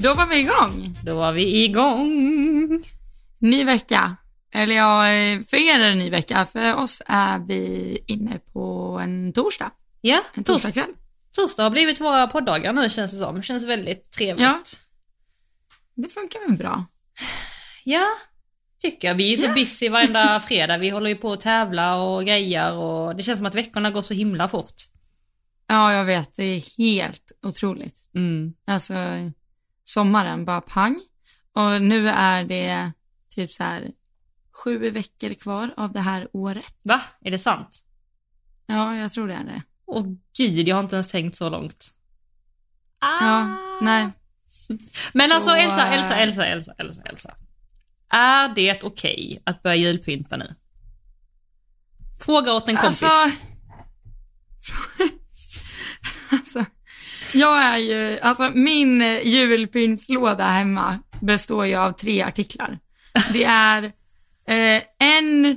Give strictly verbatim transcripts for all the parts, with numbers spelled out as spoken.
Då var vi igång. Då var vi igång. Ny vecka. Eller ja, för er är det ny vecka. För oss är vi inne på en torsdag. Ja, en torsdagkväll. Torsdag har blivit våra podddagar nu, känns det som. Det känns väldigt trevligt. Ja, det funkar väl bra. Ja, tycker jag. Vi är så ja. busy varenda fredag. Vi håller ju på att tävla och grejer. Och det känns som att veckorna går så himla fort. Ja, jag vet. Det är helt otroligt. Mm. Alltså, sommaren bara pang. Och nu är det typ så här sju veckor kvar av det här året. Va? Är det sant? Ja, jag tror det är det. Åh gud, jag har inte ens tänkt så långt. Ah. Ja, nej. Men så... alltså Elsa, Elsa, Elsa, Elsa, Elsa, Elsa. Är det okej att börja julpynta nu? Fråga åt en kompis. Alltså... alltså, jag är ju... Alltså, min julpyntslåda hemma består ju av tre artiklar. Det är eh, en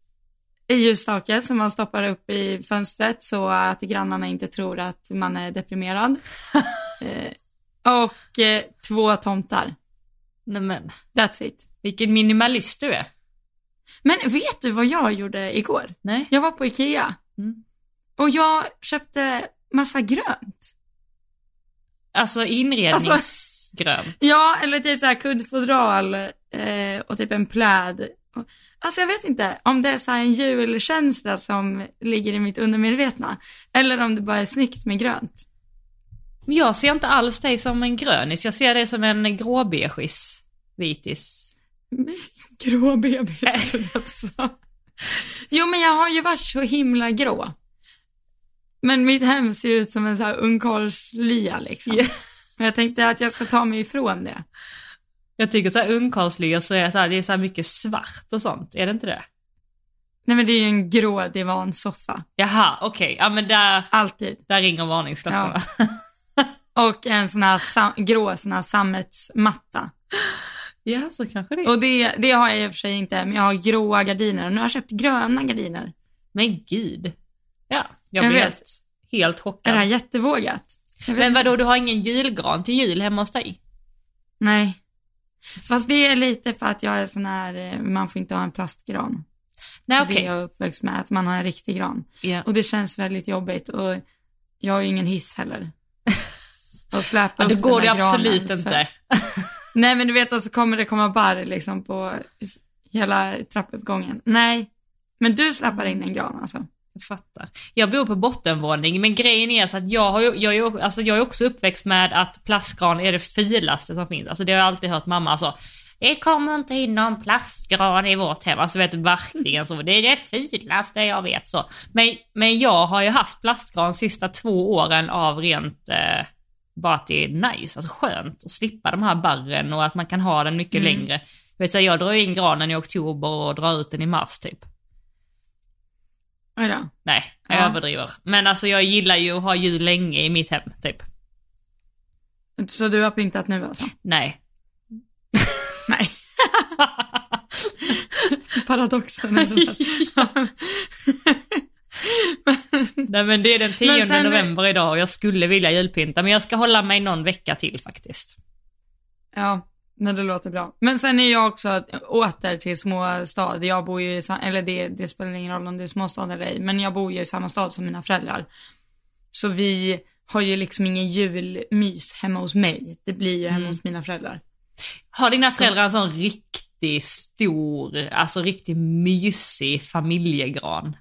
ljusstake som man stoppar upp i fönstret så att grannarna inte tror att man är deprimerad. eh, och eh, två tomtar. Nej men, that's it. Vilken minimalist du är. Men vet du vad jag gjorde igår? Nej. Jag var på Ikea. Mm. Och jag köpte massa grönt. Alltså inredningsgrönt. Alltså, ja, eller typ så här kuddfodral eh, och typ en pläd. Alltså jag vet inte om det är så här en julkänsla som ligger i mitt undermedvetna. Eller om det bara är snyggt med grönt. Jag ser inte alls dig som en grönis. Jag ser dig som en gråbegis. Vitis. Grå bebis alltså. Jo, men jag har ju varit så himla grå. Men mitt hem ser ut som en så här ungkarlslya liksom. Yeah. Men jag tänkte att jag ska ta mig ifrån det. Jag tycker så här ungkarlslya så är det så här, det är så här mycket svart och sånt. Är det inte det? Nej, men det är ju en grå divansoffa. Jaha, okej. Okay. Ja, men där... Alltid. Där ringer varningsklockorna. Ja. Och en sån här sam- grå sån här sammetsmatta. Ja, så kanske det. Och det, det har jag i och för sig inte, men jag har gråa gardiner. Och nu har jag köpt gröna gardiner. Men gud. Ja, jag, jag blir vet. helt, helt chockad. Är det här jättevågat? Men vadå, du har ingen julgran till jul hemma hos dig? Nej. Fast det är lite för att jag är sån här, man får inte ha en plastgran. Nej, okej. Okay. Det är jag uppväxt med, att man har en riktig gran. Yeah. Och det känns väldigt jobbigt. Och jag har ju ingen hiss heller. Och släpa ja, upp då går det absolut för... inte. Nej, men du vet, och så kommer det komma barr liksom på hela trappuppgången. Nej, men du släpar in en gran alltså. Jag fattar. Jag bor på bottenvåning, men grejen är så att jag, har ju, jag, är, alltså jag är också uppväxt med att plastgran är det filaste som finns. Alltså det har jag alltid hört mamma så. Det kommer inte in någon plastgran i vårt hem. Alltså vet du, verkligen så. Det är det filaste jag vet så. Men, men jag har ju haft plastgran sista två åren av rent... Eh, bara att det är nice, alltså skönt att slippa de här barren och att man kan ha den mycket mm. längre. Jag, vet säga, jag drar in granen i oktober och drar ut den i mars typ. Oj då. Nej, jag ja. överdriver. Men alltså jag gillar ju att ha jul länge i mitt hem typ. Så du har pyntat nu alltså? Nej. Nej. Paradoxen är det. Nej, men det är den tionde sen... november idag och jag skulle vilja julpynta, men jag ska hålla mig någon vecka till faktiskt. Ja, men det låter bra. Men sen är jag också åter till småstad. Jag bor ju i, eller det, det spelar ingen roll om det är småstad eller ej, men jag bor ju i samma stad som mina föräldrar. Så vi har ju liksom ingen julmys hemma hos mig. Det blir ju hemma mm. hos mina föräldrar. Har dina så... föräldrar en sån riktigt stor, alltså riktigt mysig familjegran?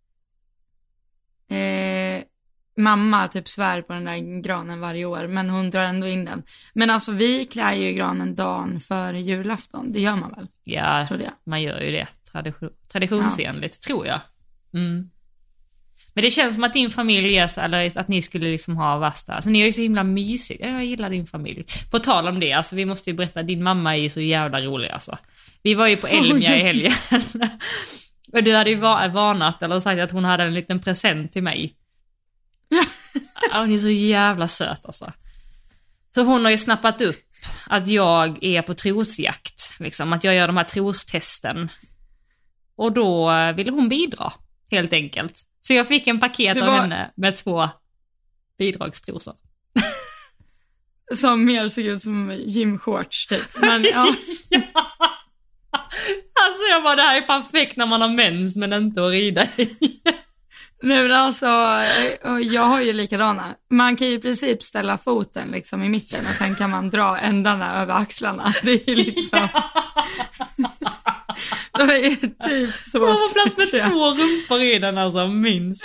Eh, mamma typ svär på den där granen varje år, men hon drar ändå in den. Men alltså vi klär ju granen dagen före julafton. Det gör man väl? Ja, man gör ju det. Tradition, traditionsenligt, ja. Tror jag. Mm. Men det känns som att din familj är så, eller att ni skulle liksom ha värsta. Alltså ni är ju så himla mysigt. Jag gillar din familj. På tal om det, alltså vi måste ju berätta, din mamma är ju så jävla rolig alltså. Vi var ju på Elmia i helgen. Och du hade ju varnat eller sagt att hon hade en liten present till mig. Ja, hon är så jävla söt alltså. Så hon har ju snappat upp att jag är på trosjakt. Liksom, att jag gör de här trostesten. Och då ville hon bidra, helt enkelt. Så jag fick en paket var... av henne med två bidragstrosor. som mer såg ut som gymshorts typ. Men ja. Ja. Alltså jag bara, det här är perfekt när man har mens men inte att rida i. Nej men alltså, jag har ju likadana. Man kan ju i princip ställa foten liksom i mitten och sen kan man dra ändarna över axlarna. Det är ju liksom... Det är typ så. Man har plats med två rumpor i den alltså, minst.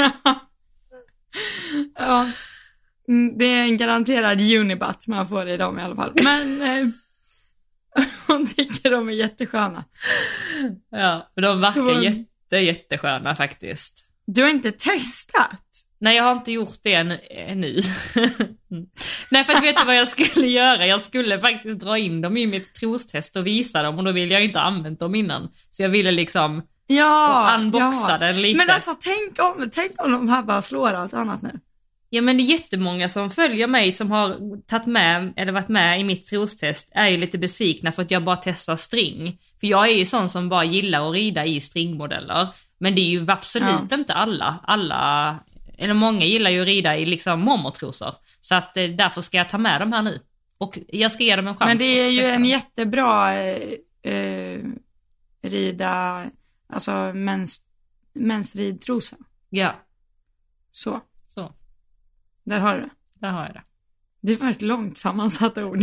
Ja, det är en garanterad unibutt man får i dem i alla fall. Men eh, hon tycker de är jättesköna. Ja, de verkar så... jätte, jättesköna faktiskt. Du har inte testat? Nej, jag har inte gjort det än, ännu. Nej, för att vet du vad jag skulle göra? Jag skulle faktiskt dra in dem i mitt trostest och visa dem. Och då vill jag inte använt dem innan. Så jag ville liksom ja, unboxa ja. den lite. Men alltså, tänk om, tänk om de här bara slår allt annat nu. Ja, men det är jättemånga som följer mig som har tagit med eller varit med i mitt trostest är ju lite besvikna för att jag bara testar string. För jag är ju sån som bara gillar att rida i stringmodeller. Men det är ju absolut ja. inte alla. Alla, eller många gillar ju att rida i liksom mormortrosor. Så att eh, därför ska jag ta med dem här nu. Och jag ska ge dem en chans. Men det är ju en dem. jättebra eh, rida, alltså mäns, mänsridtrosa. Ja. Så. Så. Där har du det. Där har jag det. Det var ett långt sammansatt ord.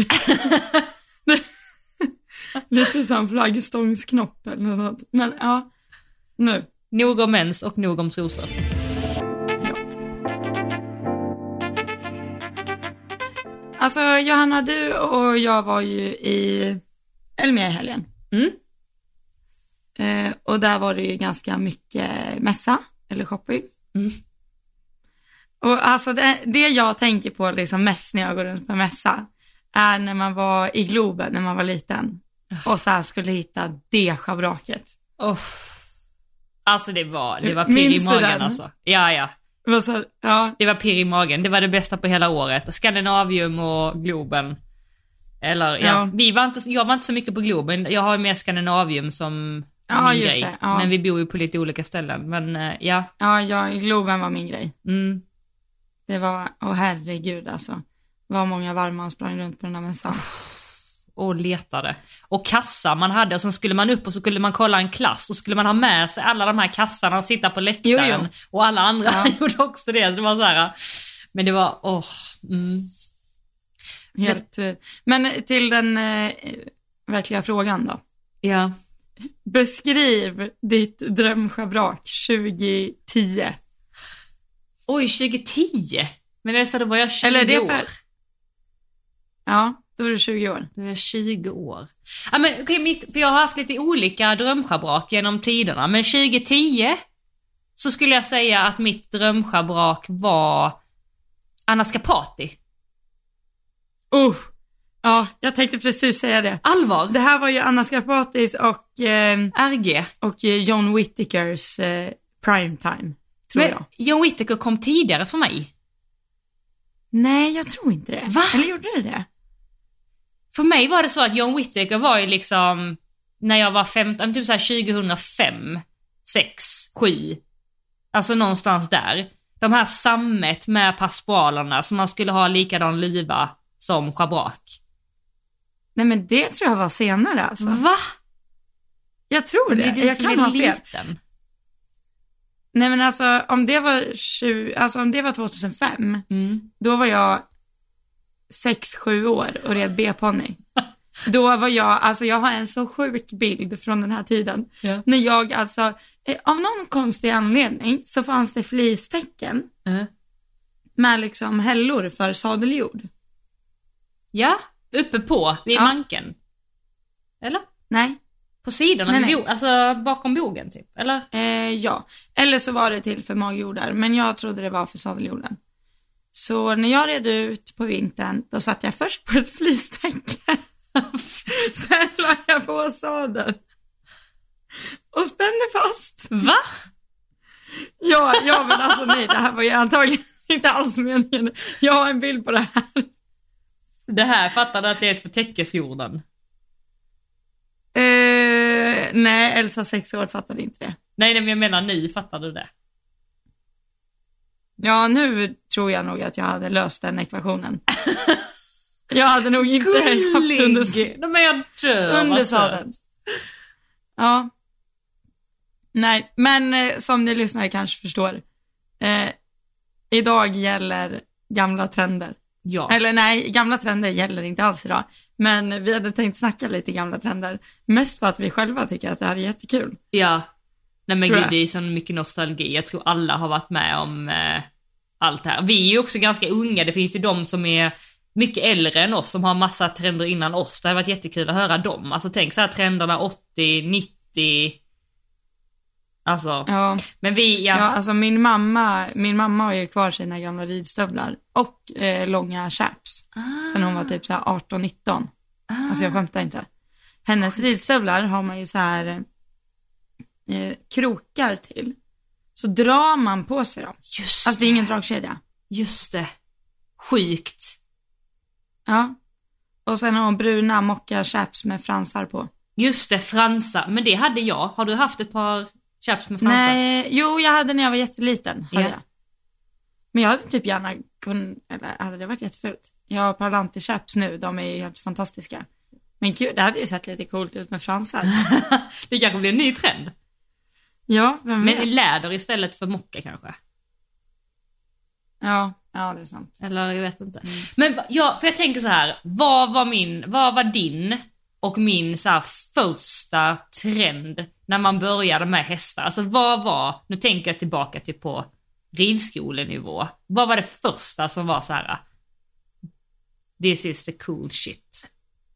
Lite som flaggstångsknopp eller något sånt. Men ja, nu. Nog om mens och nog om trosor. Ja. Alltså Johanna, du och jag var ju i Elmia i helgen. Mm. Eh, och där var det ju ganska mycket mässa eller shopping. Mm. Och alltså det, det jag tänker på liksom mest när jag går runt på mässa är när man var i Globen när man var liten. Och så här skulle hitta det schabraket. Oh. Alltså det var, det var pirr i magen den? Alltså. Ja, ja. Det så, ja. Det var pirr i magen. Det var det bästa på hela året. Skandinavium och Globen. Eller, ja. ja. Vi var inte, jag var inte så mycket på Globen. Jag har mer Skandinavium som ja, min just grej. Det, ja. Men vi bor ju på lite olika ställen. Men ja. Ja, ja, Globen var min grej. Mm. Det var, åh herregud alltså. Vad många varv man sprang runt på den här mässan. Och letade. Och kassa man hade och så skulle man upp och så skulle man kolla en klass och skulle man ha med sig alla de här kassarna och sitta på läktaren. Jo, jo. Och alla andra ja. gjorde också det. Det var så här, men det var, åh. Oh, mm. Helt, men, men till den eh, verkliga frågan då. Ja. Beskriv ditt drömschabrak tjugo tio. Oj, tjugo tio? Men det är så då var jag tjugo Eller det år. För... Ja, då är du tjugo år. Då är jag tjugo år. Ja, men, okay, mitt, för jag har haft lite olika drömschabrak genom tiderna. Men tjugo tio så skulle jag säga att mitt drömschabrak var Anna Scapati. Uh, ja, jag tänkte precis säga det. Allvar? Det här var ju Anna Scarpatis och... Eh, R G. Och John Whittakers eh, primetime, tror men jag. John Whittaker kom tidigare för mig. Nej, jag tror inte det. Va? Eller gjorde det det? För mig var det så att John Whittaker var ju liksom... När jag var femton, typ så här tjugohundrafem, sex, sju. Alltså någonstans där. De här sammet med passparalerna som man skulle ha likadan liva som schabrak. Nej, men det tror jag var senare alltså. Va? Jag tror det. det jag kan ha fel. Liten. Nej, men alltså om det var tjugo, alltså om det var tjugohundrafem, mm. då var jag sex sju år och red B-ponny. Då var jag, alltså jag har en så sjuk bild från den här tiden. Ja. När jag alltså, eh, av någon konstig anledning så fanns det flistecken mm. med liksom hällor för sadeljord. Ja, uppe på, vid ja. manken. Eller? Nej. På sidorna, nej, nej. Bo, alltså bakom bogen typ, eller? Eh, ja, eller så var det till för magjordar, men jag trodde det var för sadeljorden. Så när jag red ut på vintern, då satt jag först på ett flistäcke. Sen la jag på sadeln. Och spände fast. Va? Ja, ja, men alltså nej, det här var ju antagligen inte alls meningen. Jag har en bild på det här. Det här fattade att det är ett för täckesjorden. Eh, nej, Elsa sex år fattade inte det. Nej, men jag menar ni fattade det. Ja, nu tror jag nog att jag hade löst den ekvationen. Jag hade nog inte haft under, Nej, men jag dör. under sadeln. Ja. Nej, men eh, som ni lyssnare kanske förstår. Eh, idag gäller gamla trender. Ja. Eller nej, gamla trender gäller inte alls idag. Men vi hade tänkt snacka lite gamla trender. Mest för att vi själva tycker att det här är jättekul. Ja. Nej men Tror gud, jag. det är så mycket nostalgi. Jag tror alla har varit med om eh, allt det här. Vi är ju också ganska unga. Det finns ju de som är mycket äldre än oss som har massa trender innan oss. Det har varit jättekul att höra dem. Alltså tänk så här trenderna åttio, nittio. Alltså. Ja. Men vi, ja. Ja, alltså min mamma, min mamma har ju kvar sina gamla ridstövlar och eh, långa chaps. Ah. Sen hon var typ så här arton nitton. Ah. Alltså jag skämtar inte. Hennes ridstövlar har man ju så här eh, krokar till. Så drar man på sig dem. Just Alltså det är ingen dragkedja. Just det. Sjukt. Ja. Och sen har hon bruna mocka chaps med fransar på. Just det, fransar. Men det hade jag. Har du haft ett par chaps med fransar? Nej, jo jag hade när jag var jätteliten. Hade Ja. jag. Men jag hade typ gärna kunnat, eller hade det varit jättefult. Jag har Parlanti chaps nu, de är ju helt fantastiska. Men gud, det hade ju sett lite coolt ut med fransar. Det kanske blir en ny trend. Ja, vem vet? Men läder istället för mocka kanske. Ja, ja det är sant. Eller jag vet inte. Mm. Men ja, för jag tänker så här, vad var min, vad var din och min så här första trend när man började med hästar? Alltså vad var, nu tänker jag tillbaka till på ridskolenivå. Vad var det första som var så här, this is the cool shit?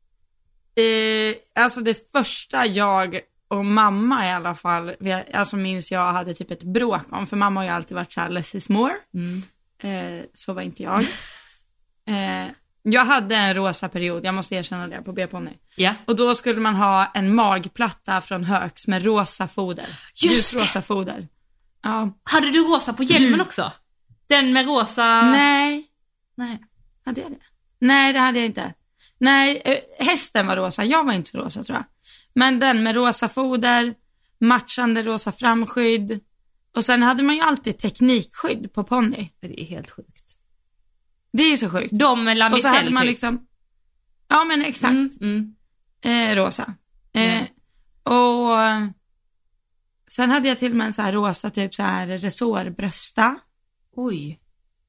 Eh, alltså det första jag och mamma i alla fall, alltså minns jag hade typ ett bråk om, för mamma har ju alltid varit så här, less is more. Mm. Eh, så var inte jag. Eh, jag hade en rosa period, jag måste erkänna det, på B-ponny. Ja. Och då skulle man ha en magplatta från Högs med rosa foder. Just det. Rosa foder. Ja. Hade du rosa på hjälmen Mm. också? Den med rosa... Nej. Nej. Hade jag det? Nej, det hade jag inte. Nej, eh, hästen var rosa, jag var inte så rosa tror jag. Men den med rosa foder, matchande rosa framskydd. Och sen hade man ju alltid teknikskydd på ponny. Det är helt sjukt. Det är ju så sjukt. De med Och så lamisell hade man typ. liksom, ja men exakt, Mm, mm. eh, rosa. Eh, Mm. Och eh, sen hade jag till och med en så här rosa typ så här resårbrösta. Oj.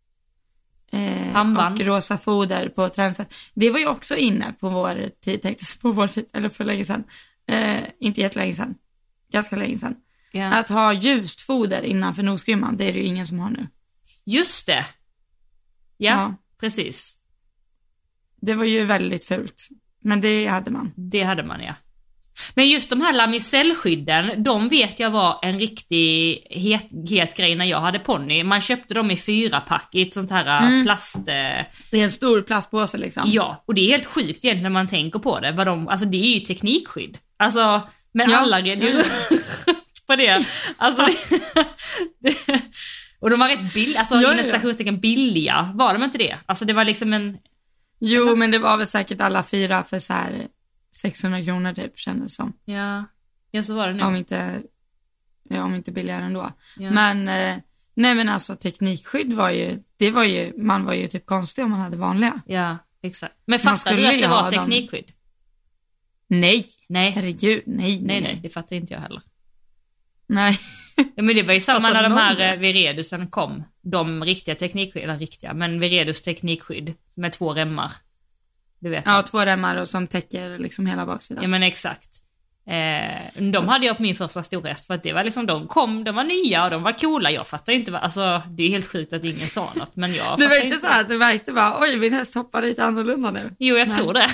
Eh, Pannband. och rosa foder på tränset. Det var ju också inne på vår tid, tänkte jag, på vår tid, eller för länge sedan. Eh, inte jättelänge sedan. Ganska länge sedan. Ja. Att ha ljust foder innanför nosgrimman, det är det ju ingen som har nu. Just det. Ja, Ja. precis. Det var ju väldigt fult. Men det hade man. Det hade man, ja. Men just de här lamisellskydden, de vet jag var en riktig het, het grej när jag hade ponny. Man köpte dem i fyra pack i ett sånt här Mm. plast... eh, Det är en stor plastpåse liksom. Ja, och det är helt sjukt egentligen när man tänker på det. Vad de, alltså det är ju teknikskydd. Alltså, men Ja. alla red ju på det. Alltså, det, och de var rätt billiga, alltså Ja, ja, inom ja. stationstecken billiga. Var de inte det? Alltså det var liksom en... Jo, men det var väl säkert alla fyra för så här sexhundra kronor typ, kändes som. Ja, ja så var det nu. Om inte, ja, om inte billigare ändå. Ja. Men, eh, nej men alltså teknikskydd var ju, det var ju, man var ju typ konstig om man hade vanliga. Ja, exakt. Men Man fattar du skulle att det ju var ha dem. teknikskydd? Nej, Nej. herregud, nej, nej, Nej, nej. nej, det fattar inte jag heller. Nej. Ja, men det var ju samma Fattar när de någon här det? eh, Viredusen kom. De riktiga teknikskydd, eller riktiga, men Viredus teknikskydd med två remmar. Du vet. Ja, två remmar och som täcker liksom hela baksidan. Ja men exakt. Eh, de hade jag på min första storhäst för att det var liksom, de kom, de var nya och de var coola. Jag fattar inte, vad, alltså det är helt sjukt att ingen sa något, men jag Det var fattar inte så här att du märkte bara, oj min häst hoppar lite annorlunda nu. Jo, jag Nej. tror det.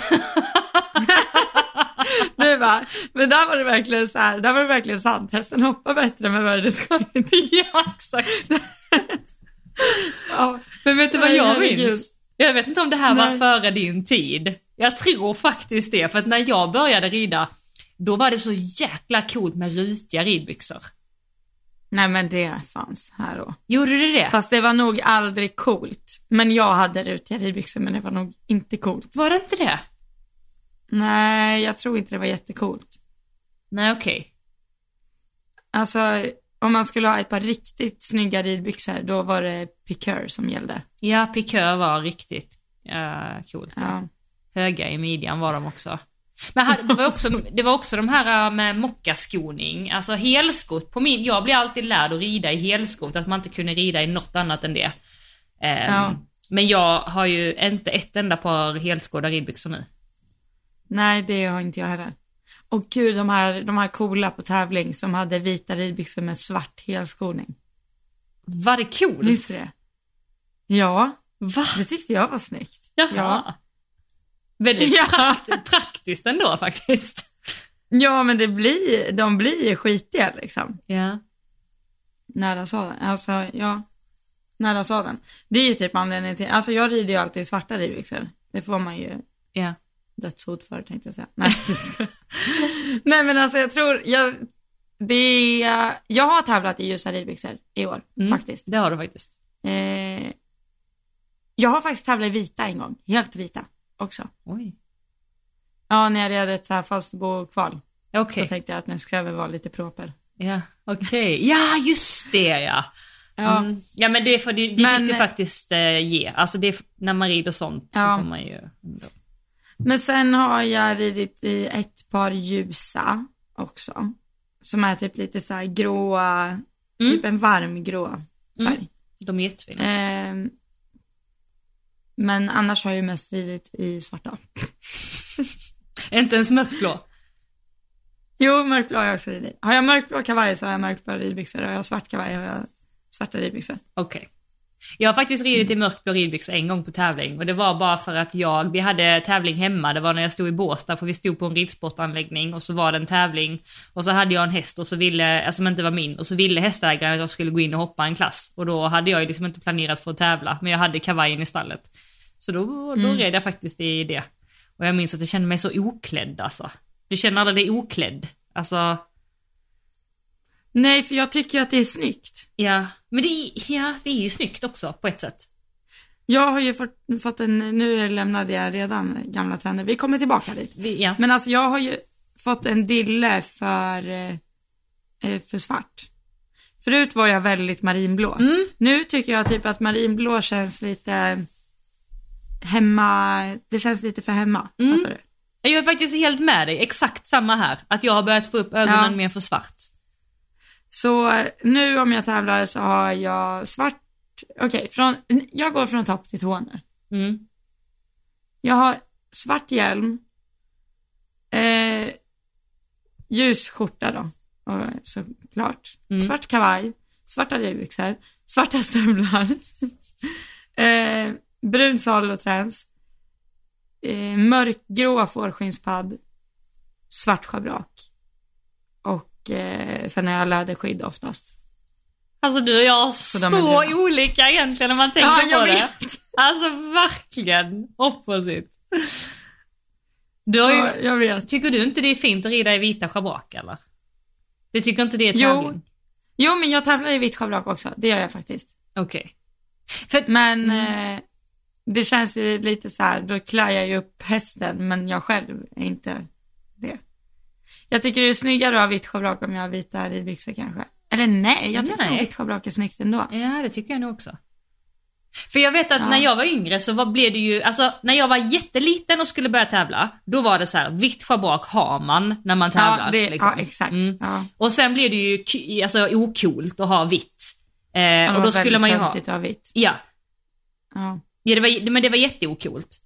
Du bara, men där var det verkligen så här, där var det verkligen sant. Hästen hoppar bättre med vad det ska inte. Ja, exakt. Ja. Men vet du vad Nej, jag herregud. minns? Jag vet inte om det här var Nej. före din tid. Jag tror faktiskt det, för att när jag började rida, då var det så jäkla coolt med rutiga ridbyxor. Nej men det fanns här då. Gjorde det det? Fast det var nog aldrig coolt. Men jag hade rutiga ridbyxor, men det var nog inte coolt. Var det inte det? Nej, jag tror inte det var jättecoolt. Nej, okej. Alltså, om man skulle ha ett par riktigt snygga ridbyxor, då var det piqueur som gällde. Ja, pikör var riktigt uh, coolt. Ja. Ja. höga i midjan var de också. Men här, det, var också, det var också de här med mockaskoning, alltså helskott på min, jag blir alltid lärd att rida i helskott, att man inte kunde rida i något annat än det. Um, ja. Men jag har ju inte ett enda par helskådda ridbyxor nu. Nej, det har inte jag heller. Och gud, de här, de här coola på tävling som hade vita ridbyxor med svart helskoning. Var det coolt? Visst det? Ja, Va? Det tyckte jag var snyggt. Jaha. Ja. Väldigt ja. Prakt, praktiskt ändå faktiskt. Ja, men det blir, de blir skitiga liksom. Ja. Nära sadeln. Alltså, ja. Nära sadeln. Det är ju typ anledningen till, alltså jag rider ju alltid i svarta ridbyxor. Det får man ju ja. dödshot för, tänkte jag säga. Nej, Nej men alltså jag tror, jag, det, jag har tävlat i ljusa ridbyxor i år, mm, faktiskt. Det har du faktiskt. Eh, jag har faktiskt tävlat i vita en gång, helt vita också. Oj. Ja, när jag red ett så här Falsterbo-kval. Okej. Okay. Då tänkte jag att nu ska jag väl vara lite proper. Ja, okej. Okay. Ja, just det, ja. Ja, mm. ja men det får det, det men, fick du faktiskt eh, ge. Alltså det, när man rider sånt ja. Så får man ju ändå. Men sen har jag ridit i ett par ljusa också. Som är typ lite så här gråa, mm. typ en varm grå färg. Mm. De är jättefina. Eh, men annars har jag ju mest ridit i svarta. Inte ens mörkblå? Jo, mörkblå har jag också ridit. Har jag mörkblå kavaj så har jag mörkblå ridbyxor. Har jag svart kavaj har jag svarta ridbyxor. Okej. Okay. Jag har faktiskt ridit i mörkblå ridbyxor en gång på tävling. Och det var bara för att jag, vi hade tävling hemma. Det var när jag stod i Båstad, för vi stod på en ridsportanläggning. Och så var det en tävling. Och så hade jag en häst och så ville, alltså som inte var min. Och så ville hästägaren att jag skulle gå in och hoppa en klass. Och då hade jag liksom inte planerat för att tävla. Men jag hade kavajen i stallet. Så då, då mm. red jag faktiskt i det. Och jag minns att jag kände mig så oklädd alltså. Du känner aldrig dig oklädd? Alltså... Nej, för jag tycker att det är snyggt. Ja, men det är, ja, det är ju snyggt också på ett sätt. Jag har ju fått, fått en, nu lämnade jag redan gamla trender. Vi kommer tillbaka dit. Vi, ja. Men alltså jag har ju fått en dille för, eh, för svart. Förut var jag väldigt marinblå. Mm. Nu tycker jag typ att marinblå känns lite hemma, det känns lite för hemma, mm. fattar du? Jag är faktiskt helt med dig, exakt samma här. Att jag har börjat få upp ögonen ja. mer för svart. Så nu om jag tävlar så har jag svart, okej, okay, från jag går från topp till tå nu. Mm. Jag har svart hjälm, eh, ljus skjorta då, och, såklart. Mm. Svart kavaj, svarta ridbyxor, svarta stövlar, eh, brun sadelträns, eh, mörkgrå fårskinnspadd, svart schabrak. Och eh, sen har jag läderskydd oftast. Alltså du och jag är så, så olika egentligen när man tänker ja, jag på vet. det. Alltså verkligen opposite. Du har ju, ja, jag vet. Tycker du inte det är fint att rida i vita schabrak eller? Du tycker inte det är tävling? Jo, jo men jag tävlar i vitt schabrak också. Det gör jag faktiskt. Okej. Okay. Men mm. eh, det känns ju lite så här, då klär jag ju upp hästen men jag själv är inte det. Jag tycker det är snyggare att ha vitt schabrak om jag har vita ridbyxor kanske. Eller nej, jag tycker nej. vitt schabrak är snyggt ändå. Ja, det tycker jag nog också. För jag vet att ja. när jag var yngre så var, blev det ju, alltså när jag var jätteliten och skulle börja tävla, då var det så här, vitt schabrak har man när man tävlar. Ja, det, liksom. ja exakt. Mm. Ja. Och sen blev det ju alltså, okult att ha vitt. Eh, ja, och då skulle man ju ha... att ha vitt. Ja. Ja. ja det var, men det var jätteokult.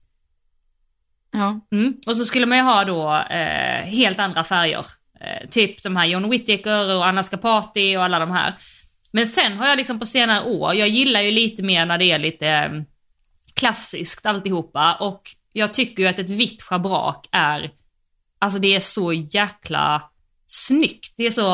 Ja. Mm. Och så skulle man ju ha då eh, helt andra färger. Eh, typ de här John Whittaker och Anna Scapati och alla de här. Men sen har jag liksom på senare år, jag gillar ju lite mer när det är lite eh, klassiskt alltihopa. Och jag tycker ju att ett vitt schabrak är, alltså det är så jäkla snyggt. Det är så,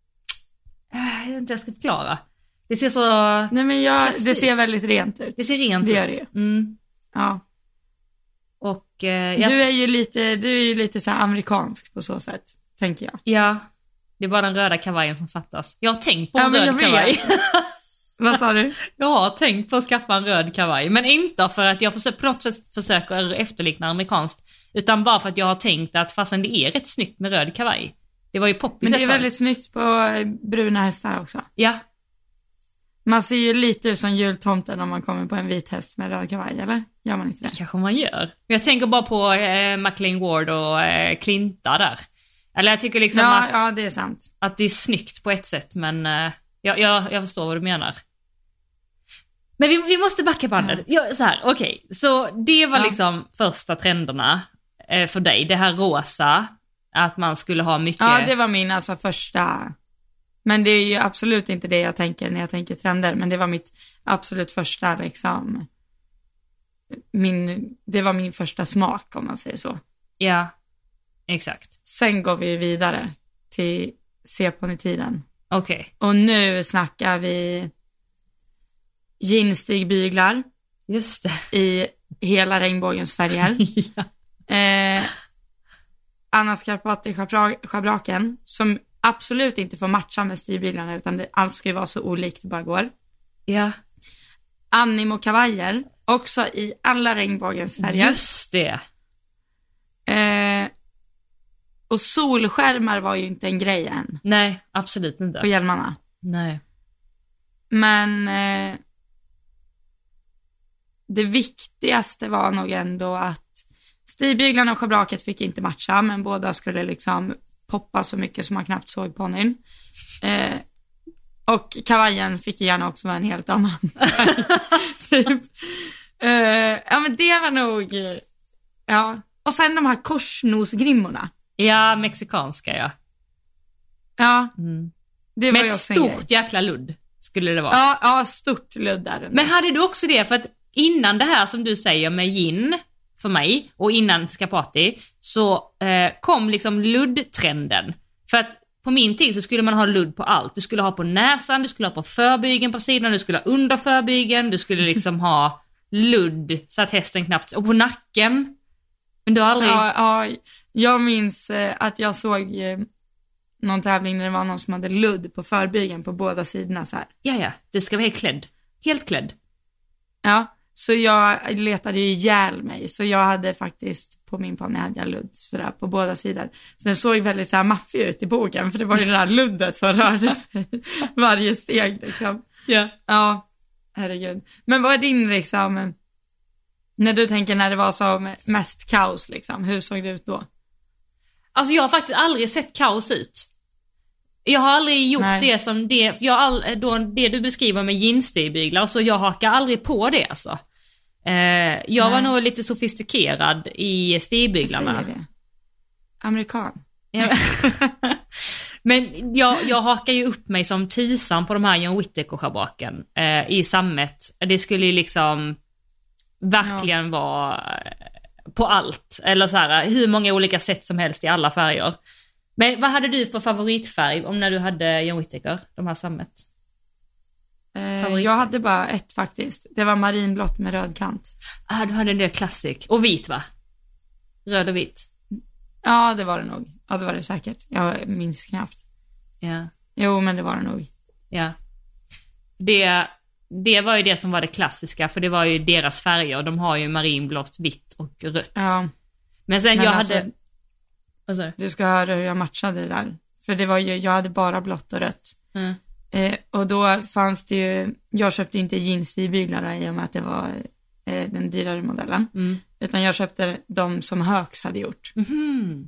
jag vet inte hur jag ska förklara. Det ser så... Nej men jag, det ser väldigt rent ut. Det ser rent det ut. Gör det. Mm. Ja. Och, eh, jag... Du är ju lite, du är ju lite så här amerikansk på så sätt, tänker jag. Ja, det är bara den röda kavajen som fattas. Jag har tänkt på en ja, röd kavaj. Vad sa du? Jag har tänkt på att skaffa en röd kavaj. Men inte för att jag försöker, på något sätt försöker efterlikna amerikanskt. Utan bara för att jag har tänkt att fastän det är rätt snyggt med röd kavaj. Det var ju poppis. Men det är väldigt snyggt på bruna hästar också. Ja. Man ser ju lite ut som jultomten om man kommer på en vit häst med röd kavaj, eller? Gör man inte det? Kanske man gör. Jag tänker bara på eh, McLean Ward och eh, Clinta där. Eller jag tycker liksom ja, att, ja, det är sant. att det är snyggt på ett sätt, men eh, jag, jag, jag förstår vad du menar. Men vi, vi måste backa bandet. Ja. Ja, så här, okej. Okay. Så det var ja. liksom första trenderna eh, för dig. Det här rosa, att man skulle ha mycket... Ja, det var min alltså första... Men det är ju absolut inte det jag tänker när jag tänker trender. Men det var mitt absolut första liksom... Min, det var min första smak, om man säger så. Ja, exakt. Sen går vi vidare till se på tiden. Okej. Okay. Och nu snackar vi jeansstigbyglar. Just det. I hela regnbågens färger. ja. eh, Anna Scarpati-schabraken som absolut inte får matcha med stigbyglarna, utan det, allt ska ju vara så olikt det bara går. Ja. Animo-kavajer, också i alla regnbågens färger. Just det. Eh, och solskärmar var ju inte en grej än. Nej, absolut inte. På hjälmarna. Nej. Men eh, det viktigaste var nog ändå att stigbyglarna och schabraket fick inte matcha, men båda skulle liksom poppa så mycket som man knappt såg på ponnyn. Eh, och kavajen fick gärna också vara en helt annan. typ. eh, ja, men det var nog... Ja. Och sen de här korsnosgrimmorna. Ja, mexikanska, ja. Ja. Mm. Det var med ju ett också stort jäkla ludd skulle det vara. Ja, ja, stort ludd där. Men hade du också det? För att innan det här som du säger med gin för mig och innan Scarpati så eh, kom liksom luddtrenden. För att på min tid så skulle man ha ludd på allt. Du skulle ha på näsan, du skulle ha på förbygen på sidan, du skulle ha under förbygen, du skulle liksom ha ludd så att hästen knappt... Och på nacken. Men du har aldrig... Ja, ja, jag minns eh, att jag såg eh, någon tävling när det var någon som hade ludd på förbygen på båda sidorna så här. Ja, ja. Det ska vara helt klädd. Helt klädd. Ja, så jag letade ju ihjäl mig. Så jag hade faktiskt på min ponny hade jag ludd sådär på båda sidor. Så den såg väldigt så här maffig ut i boken. För det var ju det där luddet som rörde sig varje steg liksom. Ja. Ja, herregud. Men vad är din liksom... När du tänker när det var så mest kaos liksom, hur såg det ut då? Alltså jag har faktiskt aldrig sett kaos ut. Jag har aldrig gjort Nej. det som det, jag all, då, det du beskriver med jeansstigbyglar, så jag hakar aldrig på det alltså. Eh, jag Nej. var nog lite sofistikerad i stigbyglarna. Jag säger det. Amerikan. Ja. Men jag, jag hakar ju upp mig som tisan på de här John Whittaker-schabraken eh, i sammet. Det skulle ju liksom verkligen ja. vara på allt. Eller så här, hur många olika sätt som helst i alla färger. Men vad hade du för favoritfärg om när du hade John Whittaker, de här sammet? Eh, jag hade bara ett faktiskt. Det var marinblått med röd kant. Ah, du hade en del klassik. Och vit va? Röd och vit. Ja, det var det nog. Ja, det var det säkert. Jag minns knappt. Ja. Jo, men det var det nog. Ja. Det, det var ju det som var det klassiska, för det var ju deras färger. De har ju marinblått, vitt och rött. Ja. Men sen men jag alltså, hade... Vad sa du? Du ska höra hur jag matchade det där. För det var ju, jag hade bara blått och rött. Mm. Eh, och då fanns det ju, jag köpte inte jeansstigbyglarna i och med att det var eh, den dyrare modellen. Mm. Utan jag köpte de som Högs hade gjort. Mm.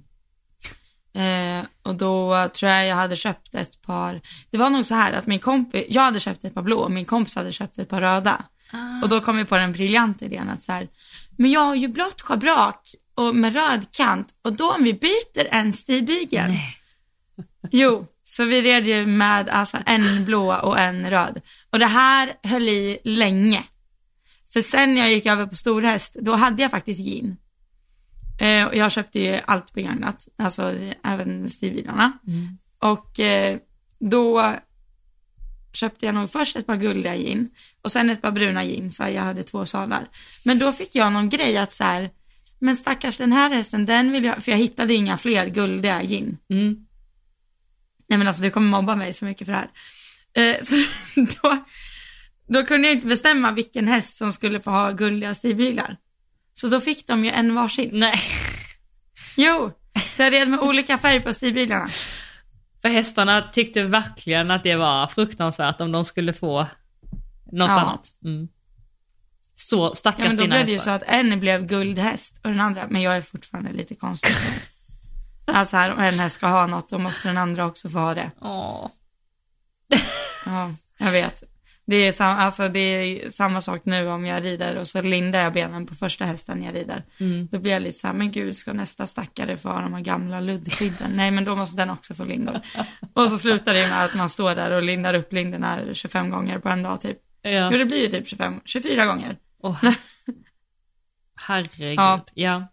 Eh, och då tror jag jag hade köpt ett par, det var nog så här att min kompis, jag hade köpt ett par blå och min kompis hade köpt ett par röda. Ah. Och då kom vi på den briljanta idén att så här, men jag har ju blått schabrak och med röd kant, och då om vi byter en stigbygel. Nej. Jo, så vi red ju med alltså en blå och en röd. Och det här höll i länge. För sen när jag gick över på storhäst, då hade jag faktiskt jean. Eh, och jag köpte ju allt begagnat, alltså även stigbilarna. Mm. Och eh, då köpte jag nog först ett par guldiga jean och sen ett par bruna jean, för jag hade två salar. Men då fick jag någon grej att så här, men stackars den här hästen, den vill jag, för jag hittade inga fler guldiga jean. Mm. Nej men alltså du kommer mobba mig så mycket för det här. Eh, så då, då kunde jag inte bestämma vilken häst som skulle få ha guldiga stigbilar. Så då fick de ju en varsin. Nej. Jo, så jag red med olika färg på stigbilarna. För hästarna tyckte verkligen att det var fruktansvärt om de skulle få något Ja. annat. Mm. Så stackars Ja, men då dina blev det ju hästar. så att en blev guldhäst och den andra, men jag är fortfarande lite konstig. Alltså här, om en häst ska ha något, då måste den andra också få ha det. Åh. Ja, jag vet. Det är, sam- alltså, det är samma sak nu om jag rider och så lindar jag benen på första hästen jag rider. Mm. Då blir jag lite så här, men gud, ska nästa stackare få ha de här gamla luddskydden? Nej, men då måste den också få lindor. Och så slutar det med att man står där och lindar upp linderna tjugofem gånger på en dag typ. Ja. Jo, det blir ju typ tjugofem, tjugofyra gånger. Åh. Herregud, Ja. ja.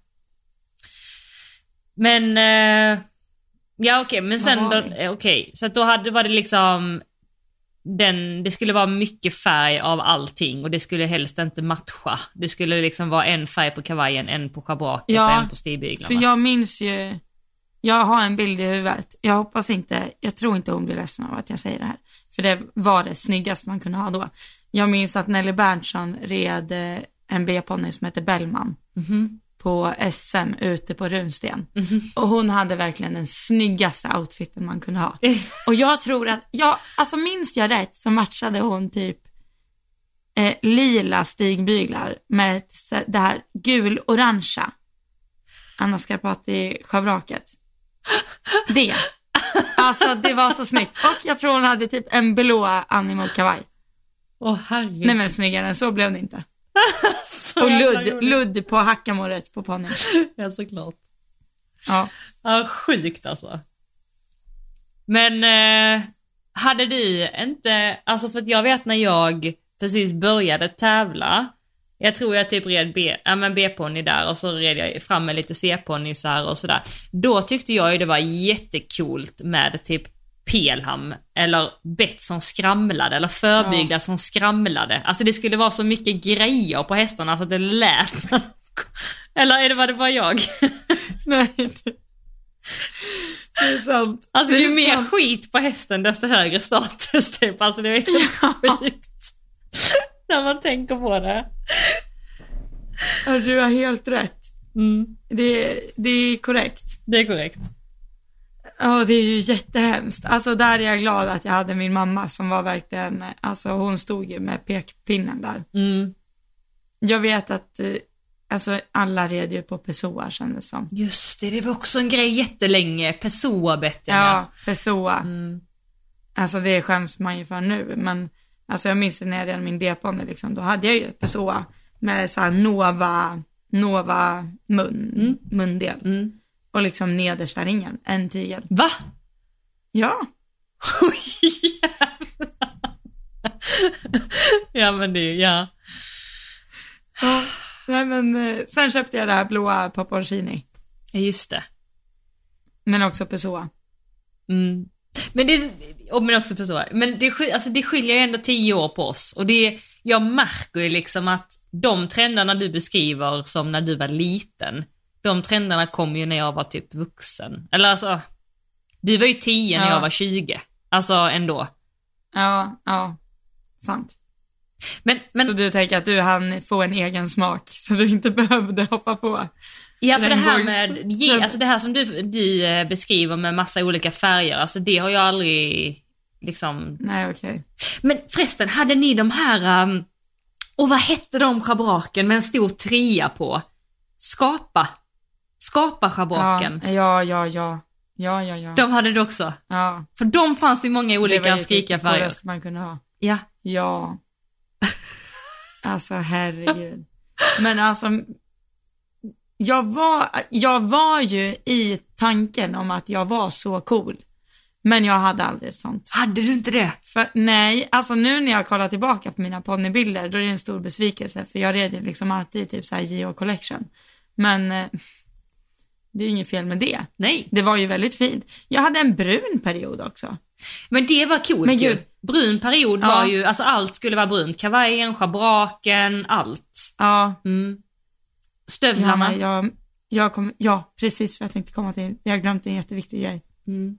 Men, eh, ja okej, men sen var då, vi? eh, okej, så att då hade, var det liksom, den, det skulle vara mycket färg av allting och det skulle helst inte matcha. Det skulle liksom vara en färg på kavajen, en på schabraket Ja, och en på stigbyglarna. För jag minns ju, jag har en bild i huvudet. Jag hoppas inte, jag tror inte hon blir ledsen av att jag säger det här. För det var det snyggaste man kunde ha då. Jag minns att Nelly Berntsson red eh, en B-ponny som heter Bellman. Mhm. På S M ute på Runsten. Och hon hade verkligen den snyggaste outfiten man kunde ha. Och jag tror att, ja, alltså minns jag rätt så matchade hon typ eh, lila stigbyglar med ett, så- det här gul-orangea Anna Scarpati-schabraket. Det. Alltså det var så snyggt. Och jag tror hon hade typ en blå Animo-kavaj. Åh herregud. Nej men snyggare än så blev det inte. Så Och jävla ludd, roligt. ludd på hackamåret på ponnyn. Ja, såklart. Ja. Ja, sjukt alltså. Men eh, hade du inte, alltså för att jag vet när jag precis började tävla, jag tror jag typ red B, ja, men B-ponny där och så red jag fram med lite C-ponnysar och sådär. Då tyckte jag ju det var jättekult med typ pelham eller bett som skramlade eller förbygda Ja. som skramlade. Alltså det skulle vara så mycket grejer på hästarna så att det lät. Eller är det, var det bara jag? Nej, det, det är sant. Alltså det ju är mer sant. skit på hästen desto högre status typ. Alltså det är helt Ja. sjukt. När man tänker på det. Ja, du har helt rätt. Mm, Det, det är korrekt. det är korrekt. Ja, det är ju jättehemskt. Alltså där är jag glad att jag hade min mamma som var verkligen, alltså hon stod ju med pekpinnen där. Mm. Jag vet att, eh, alltså alla red ju på Pessoa kändes som. Just det, det var också en grej jättelänge. Pessoa-betten. Ja, Pessoa. Mm. Alltså det skäms man ju för nu, men alltså jag minns när jag red min D-ponny liksom, då hade jag ju Pessoa med så här Nova, Nova mun, Mm. mundel. Mm. Och liksom nedersta ringen, en tygel. Va? Ja, Oj, jävlar. Ja men det, ja. ja. Nej men eh, sen köpte jag det här blåa Paponcini, Ja, just det. men också Pessoa. Mm. Men det, och men också Pessoa. Men det, skil- alltså det skiljer ju ändå tio år på oss. Och det, jag märker ju liksom att de trenderna du beskriver som när du var liten, de trenderna kom ju när jag var typ vuxen. Eller alltså, du var ju tio när Ja. jag var tjugo. Alltså ändå. Ja, ja, sant. Men, men Så du tänker att du hann få en egen smak så du inte behövde hoppa på. ja, för det här regnbågs- med, ge, alltså det här som du, du eh, beskriver med massa olika färger, alltså det har jag aldrig liksom. Nej, okej. Men förresten, hade ni de här, um, och vad hette de schabraken med en stor trea på? Skapa. Skapa schabraken. Ja, ja, ja, ja. Ja, ja, ja. De hade det också. Ja. För de fanns i många Det var olika ju skrika typ det färger. coolaste man kunde ha. Ja. Ja. Alltså herregud. Men alltså, jag var, jag var ju i tanken om att jag var så cool. Men jag hade aldrig ett sånt. Hade du inte det? För, nej, alltså nu när jag kollar tillbaka på mina ponnybilder, då är det en stor besvikelse. För jag red ju liksom alltid typ så här J O Collection. Men eh, det är ju inget fel med det. Nej. Det var ju väldigt fint. Jag hade en brun period också. Men det var coolt Men ju. gud. Brun period Ja. var ju, alltså allt skulle vara brunt. Kavajen, schabraken, allt. Ja, Mm. Stövlarna. Johanna, jag, jag kom, ja, precis för jag tänkte komma till, jag har glömt en jätteviktig grej. Mm.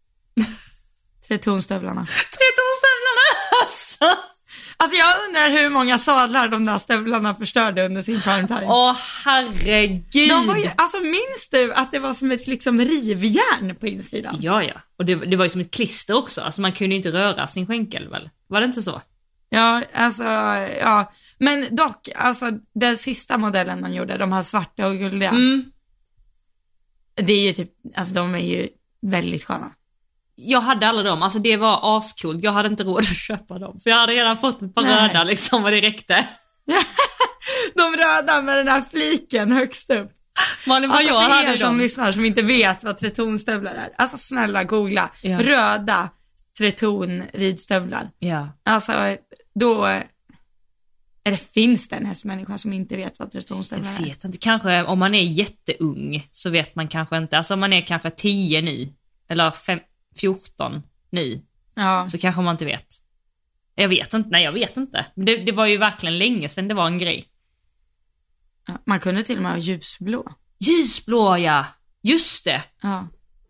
Tretonstövlarna. Tretonstövlarna! Alltså. Alltså jag undrar hur många sadlar de där stövlarna förstörde under sin prime time. Åh herregud. De var ju, alltså minns du att det var som ett liksom rivjärn på insidan? Ja, ja. Och det, det var ju som ett klister också. Alltså man kunde ju inte röra sin skänkel väl? Var det inte så? Ja, alltså, ja. Men dock, alltså den sista modellen de gjorde, de här svarta och guldiga. Mm. Det är ju typ, alltså de är ju väldigt sköna. Jag hade alla dem, alltså det var ascoolt. Jag hade inte råd att köpa dem. För jag hade redan fått ett par Nej. röda liksom, vad det räckte. De röda med den här fliken högst upp. Man, vad Alltså jag för hade er som dem. lyssnar som inte vet vad tretonstövlar är. Alltså snälla googla. Ja. Röda treton ridstövlar. Ja. Alltså då, eller finns det en hästmänniska som inte vet vad tretonstövlar Jag är? vet inte, kanske om man är jätteung så vet man kanske inte. Alltså om man är kanske tio nu, eller fem, fjorton nu, Ja. så kanske man inte vet. Jag vet inte, nej jag vet inte. Men det, det var ju verkligen länge sedan det var en grej. Ja, man kunde till och med ha ljusblå. Ljusblå, ja. Just det. Ja.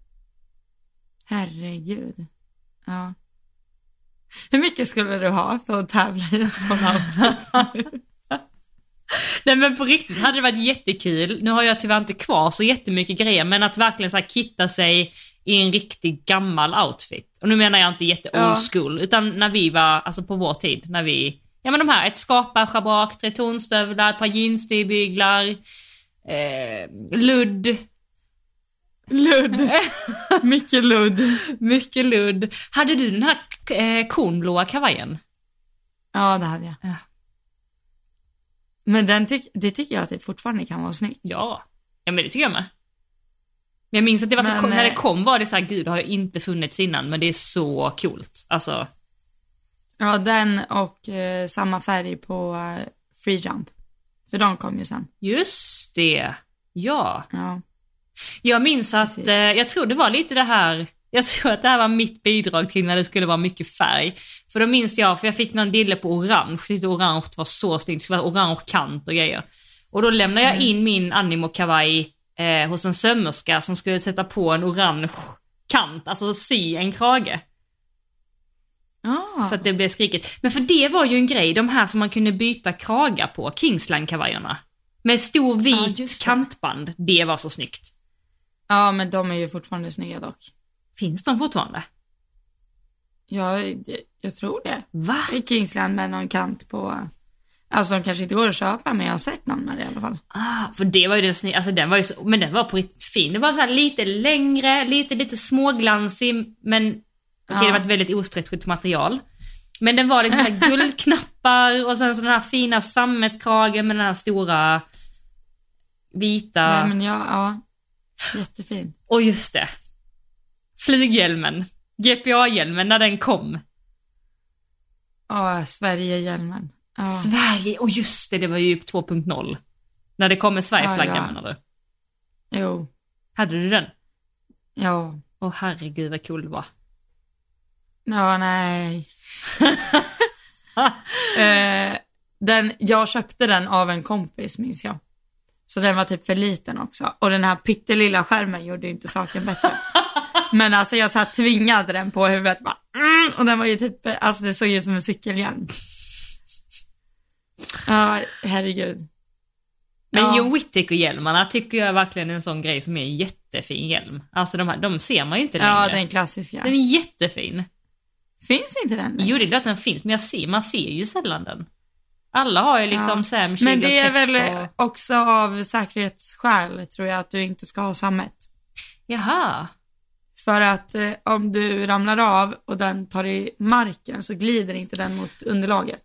Herregud. Ja. Hur mycket skulle du ha för att tävla i en sån outfit? Nej men på riktigt hade det varit jättekul. Nu har jag tyvärr inte kvar så jättemycket grejer, men att verkligen så här kitta sig i en riktigt gammal outfit. Och nu menar jag inte jätte old Ja. school, utan när vi var, alltså på vår tid, när vi, ja men de här, ett skapar-schabrak, tretonstövlar, ett par jeansstilbyglar, eh, ludd. Ludd. Mycket ludd. Mycket ludd. Hade du den här eh, kornblåa kavajen? Ja, det hade jag. Ja. Men den tyck, det tycker jag att det fortfarande kan vara snyggt. Ja. Ja men det tycker jag med. Men jag minns att det var så, Men, när det eh, kom var det så här, gud det har ju inte funnits innan, men det är så coolt. Alltså. Ja, den och eh, samma färg på eh, Free Jump. För de kom ju sen. Just det. Ja. Ja. Jag minns att, Precis. eh, jag tror det var lite det här, jag tror att det här var mitt bidrag till när det skulle vara mycket färg. För då minns jag, för jag fick någon dille på orange, jag tyckte orange var så snyggt, det skulle vara orange kant och grejer. Och då lämnade jag in min animo-kavaj eh, hos en sömmerska som skulle sätta på en orange kant, alltså sy en krage. Ah. Så att det blev skrikigt. Men för det var ju en grej, de här som man kunde byta kragar på, Kingsland-kavajerna. Med stor Ja, vit just det. kantband, det var så snyggt. Ja, men de är ju fortfarande snygga dock. Finns de fortfarande? Ja, det, jag tror det. Va? I Kingsland med någon kant på... Alltså de kanske inte går att köpa, men jag har sett någon med det i alla fall. Ah, för det var ju den snygga, alltså den var ju så, men den var på riktigt fin. Det var så här lite längre, lite lite småglansig, men okej Ja. det var ett väldigt ostrettigt material. Men den var liksom så här guldknappar och sen så den här fina sammetkragen med den här stora vita. Nej, men ja, ja. Jättefin. Och just det. Flyghjälmen. G P A-hjälmen när den kom. Ja, Sverige-hjälmen. Ja. Sverige, och just det, det var ju två punkt noll. När det kom med Sverigeflaggan Ja, ja. menar du? Jo. Hade du den? Ja. Åh herregud vad cool det var. Ja, nej. eh, den, jag köpte den av en kompis, minns jag. Så den var typ för liten också. Och den här pyttelilla skärmen gjorde inte saken bättre. Men alltså jag så här tvingade den på huvudet. Bara, mm, och den var ju typ, alltså det såg ut som en cykelhjälm. Ja, herregud. Men Ja. John Whittaker-hjälmarna tycker jag verkligen är en sån grej som är en jättefin hjälm. Alltså de här, de ser man ju inte längre. Ja, den klassiska. Den är jättefin. Finns inte den längre? Jo, det är klart den finns, men jag ser, man ser ju sällan den. Alla har ju liksom Ja. Sam, Men det är Shield och väl Tech och... också av säkerhetsskäl, tror jag, att du inte ska ha sammet. Jaha. För att eh, om du ramlar av och den tar i marken så glider inte den mot underlaget.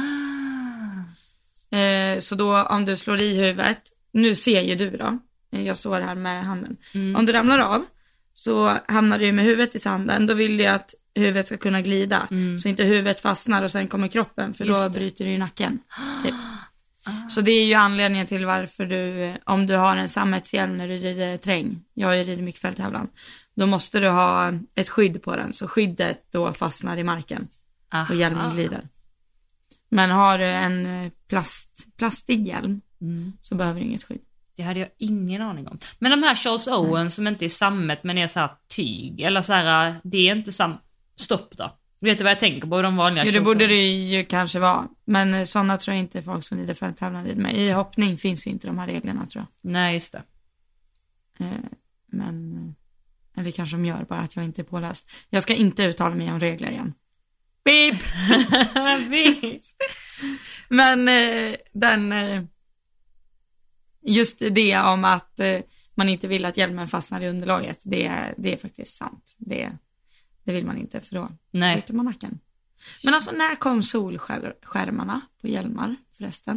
Ah. Eh, så då om du slår i huvudet, nu ser ju du då, eh, jag står här med handen. Mm. Om du ramlar av så hamnar du med huvudet i sanden, då vill du att huvudet ska kunna glida. Mm. Så inte huvudet fastnar och sen kommer kroppen, för Just då det. bryter du ju nacken. Typ. Så det är ju anledningen till varför du, om du har en sammetshjälm när du rider terräng, jag har ju ridit mycket fälttävlan, då måste du ha ett skydd på den, så skyddet då fastnar i marken och hjälmen glider. Men har du en plast, plastig hjälm Mm. så behöver du inget skydd. Det hade jag ingen aning om. Men de här Charles Owen som inte är sammet men är så här tyg, eller så här, det är inte sam... Stopp då. Vet du vad jag tänker på? De vanliga Jo, det Charles borde Owen. det ju kanske vara. Men sådana tror jag inte folk som rider fälttävlan rider med. I hoppning finns ju inte de här reglerna, tror jag. Nej, just det. Eh, men, eller kanske de gör, bara att jag inte är påläst. Jag ska inte uttala mig om regler igen. Beep. Beep. Men eh, den, eh, just det om att eh, man inte vill att hjälmen fastnar i underlaget, det, det är faktiskt sant. Det, det vill man inte, för då bryter man nacken. Men alltså, när kom solskärmarna på hjälmar förresten?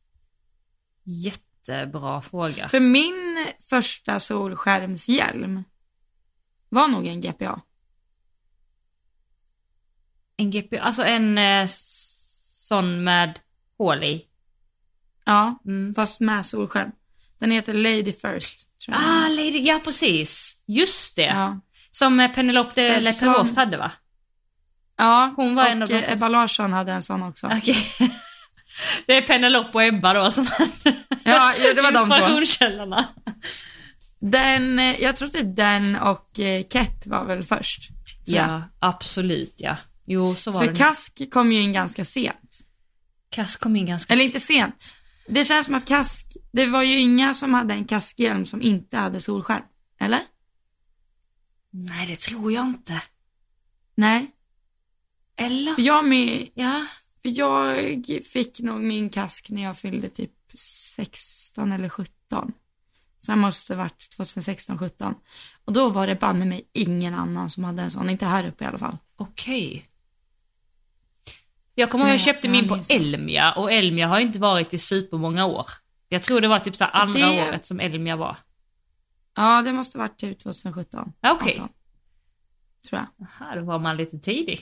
Jättebra fråga. För min första solskärmshjälm var nog en G P A. En G P A, alltså en eh, sån med hål i. Ja, mm. fast med solskärm. Den heter Lady First, tror jag. Ah, Lady, ja precis. Just det. Ja. Som Penelope de Letterost hade, va? Ja, hon var och en av de Ebba Larsson hade en sån också. Okej. Okay. Det är Penelope och Ebba då som hade ja, det var de två. Inspirationskällorna. Den, jag tror typ den och eh, Kepp var väl först. Ja, jag. absolut, ja. Jo, så var För det. För Kask kom ju in ganska sent. Kask kom in ganska Eller inte sent. Det känns som att Kask, det var ju inga som hade en kaskhjälm som inte hade solskärm. Eller? Nej, det tror jag inte. Nej. Eller? För jag med, ja. För jag fick nog min kask när jag fyllde typ sexton eller sjutton. Så det måste ha varit tjugohundrasexton sjutton. Och då var det banne mig ingen annan som hade en sån. Inte här uppe i alla fall. Okej. Okay. Jag kommer ihåg att jag köpte min på Elmia. Och Elmia har inte varit i supermånga år. Jag tror det var typ så andra det... året som Elmia var. Ja, det måste ha varit typ tjugohundrasjutton. Okej. Okay. Tror jag. Aha, då var man lite tidig.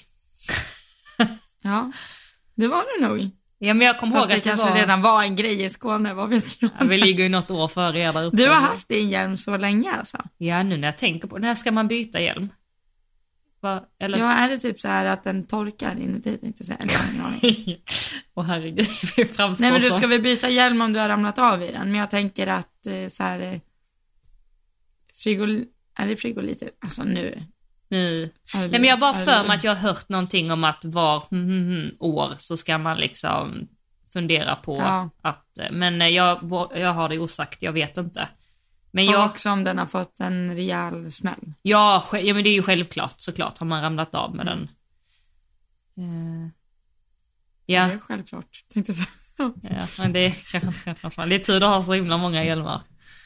Ja, det var det nog. Ja, men jag kommer ihåg att det kanske var... redan var en grej i Skåne, vad vet jag. Ja, vi ligger ju något år före er där uppe. Du har haft din hjälm så länge alltså? Ja, nu när jag tänker på, när ska man byta hjälm? Va? Eller... Ja, är det typ så här att den torkar inuti, inte så här. Och herregud, vi framstår. Nej, men du så. ska väl byta hjälm om du har ramlat av i den. Men jag tänker att eh, så här eh, frigol... är det frigoliter? Alltså nu... Nu. Nej, men jag bara för mig att jag har hört någonting om att var mm, mm, år så ska man liksom fundera på ja. att, men jag, jag har det osagt, jag vet inte. Men och jag också om den har fått en rejäl smäll. Ja, ja, men det är ju självklart, såklart har man ramlat av med mm. den. Uh, ja. Det är självklart, tänkte jag säga. Ja, men det är kanske inte självklart. Det är tur att ha så himla många hjälmar.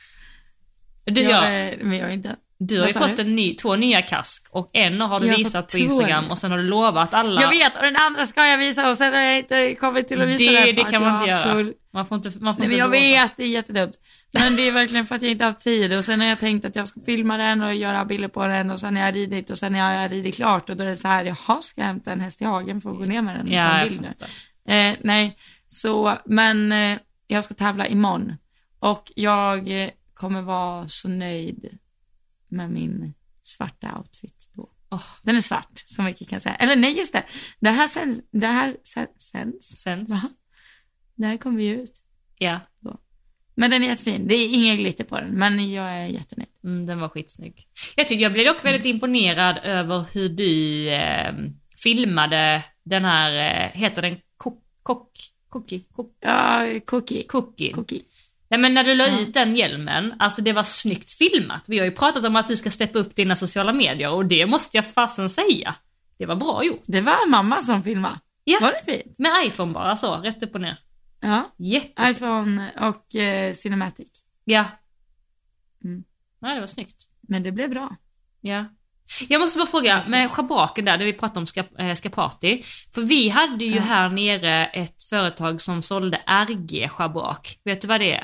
Du, ja, ja. Men jag inte. Du har ju fått en ny, två nya kask och en har du jag visat på Instagram två. Och sen har du lovat alla. Jag vet, och den andra ska jag visa och sen har jag inte kommit till att visa det. Den Det kan man inte göra. Absolut... Man får inte, man får Nej, inte men jag lova. Vet, det är jättedumt. Men det är verkligen för att jag inte har haft tid och sen har jag tänkt att jag ska filma den och göra bilder på den och sen har jag ridit och sen har jag ridit klart och då är det så här, jaha, ska jag hämta en häst i hagen för att gå ner med den och ja, ta bilder. Eh, nej, så, men eh, jag ska tävla imorgon och jag eh, kommer vara så nöjd med min svarta outfit då. Oh. Den är svart, så mycket kan jag säga. Eller nej, just det. Det här sens... Det här sens... Sens? Sens. Va? Det här kommer ju ut. Ja. Då. Men den är jättefin. Det är inga glitter på den, men jag är jättenöjd. Mm, den var skitsnygg. Jag tycker jag blev dock väldigt mm. imponerad över hur du eh, filmade den här, eh, heter den kock... Kock... Cookie? Kock... Ja, cookie. Cookie. Cookie. Nej, men när du la ja. ut den hjälmen, alltså det var snyggt filmat. Vi har ju pratat om att du ska steppa upp dina sociala medier och det måste jag fasen säga. Det var bra gjort. Det var mamma som filmade. Ja. Var det fint? Med iPhone bara så, rätt upp och ner. Ja. Jättefint. iPhone och eh, Cinematic. Ja. Mm. Ja, det var snyggt. Men det blev bra. Ja. Jag måste bara fråga, med schabraken där, där vi pratade om ska, äh, Skapati. För vi hade ju ja. här nere ett företag som sålde R G-schabrak. Vet du vad det är?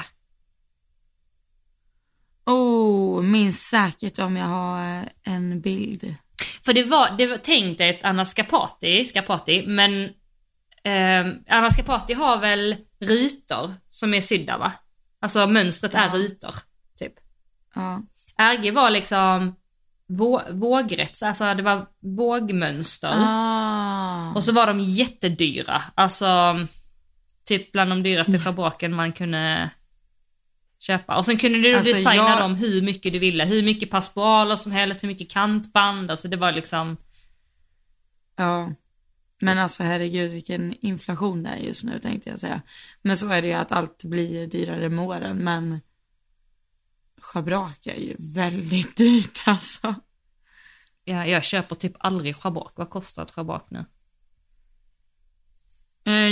Oh, minns säkert om jag har en bild. För det var, det var tänkt ett Anna Skapati, Skapati men eh, Anna Skapati har väl rutor som är sydda, va? Alltså mönstret ja. är rutor, typ. Ja. R G var liksom vå, vågrätt, alltså det var vågmönster. Ah. Och så var de jättedyra, alltså typ bland de dyraste schabraken man kunde köpa. Och sen kunde du alltså designa jag... dem hur mycket du ville. Hur mycket passparaler som helst, hur mycket kantband. Alltså det var liksom... Ja. Men alltså herregud vilken inflation det är just nu, tänkte jag säga. Men så är det ju att allt blir dyrare med åren. Men schabrak är ju väldigt dyrt alltså. Ja, jag köper typ aldrig schabrak. Vad kostar ett schabrak nu?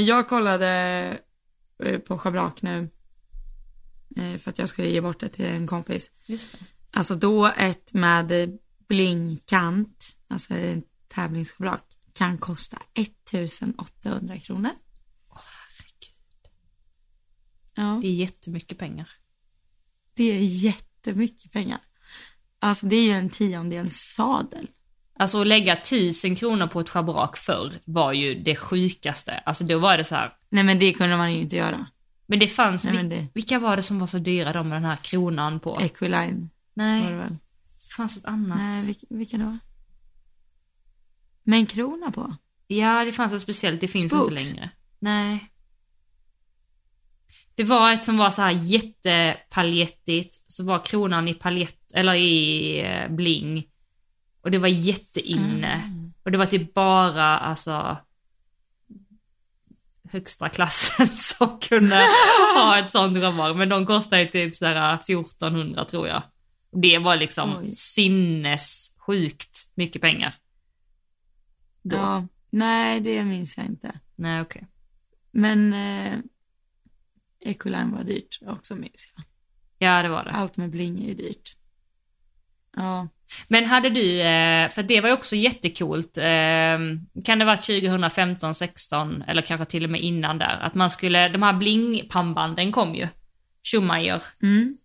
jag kollade eh, på schabrak nu eh, för att jag skulle ge bort det till en kompis. Just det. Alltså då ett med blinkant, alltså en tävlingsschabrak, kan kosta ettusen åttahundra kronor. Åh, herregud. Ja. Det är jättemycket pengar. Det är jättemycket pengar. Alltså det är ju en tiondels sadel. Alltså att lägga tusen kronor på ett schabrak förr var ju det sjukaste. Alltså då var det så här. Nej men det kunde man ju inte göra. Men det fanns, Nej, vil- men det... vilka var det som var så dyra de med den här kronan på? Equiline. Nej, Var det väl? det fanns ett annat. Nej, vilka, vilka då? Med en krona på? Ja, det fanns ett speciellt, det finns Spooks. inte längre. Nej. Det var ett som var så här jättepaljettigt, så var kronan i paljett, eller i eh, bling. Och det var jätteinne. Mm. Och det var typ bara, alltså, högsta klassen som kunde ha ett sånt schabrak. Men de kostade ju typ sådär fjortonhundra tror jag. Det var liksom Oj. sinnessjukt mycket pengar. Då. Ja, nej det minns jag inte. Nej, okej. Okay. Men eh, Equiline var dyrt också minns jag. Ja, det var det. Allt med bling är ju dyrt. Ja. Men hade du, för det var ju också jättekult, kan det vara tjugohundrafemton sexton eller kanske till och med innan där, att man skulle, de här bling-pannbanden kom ju. Schumacher Mm.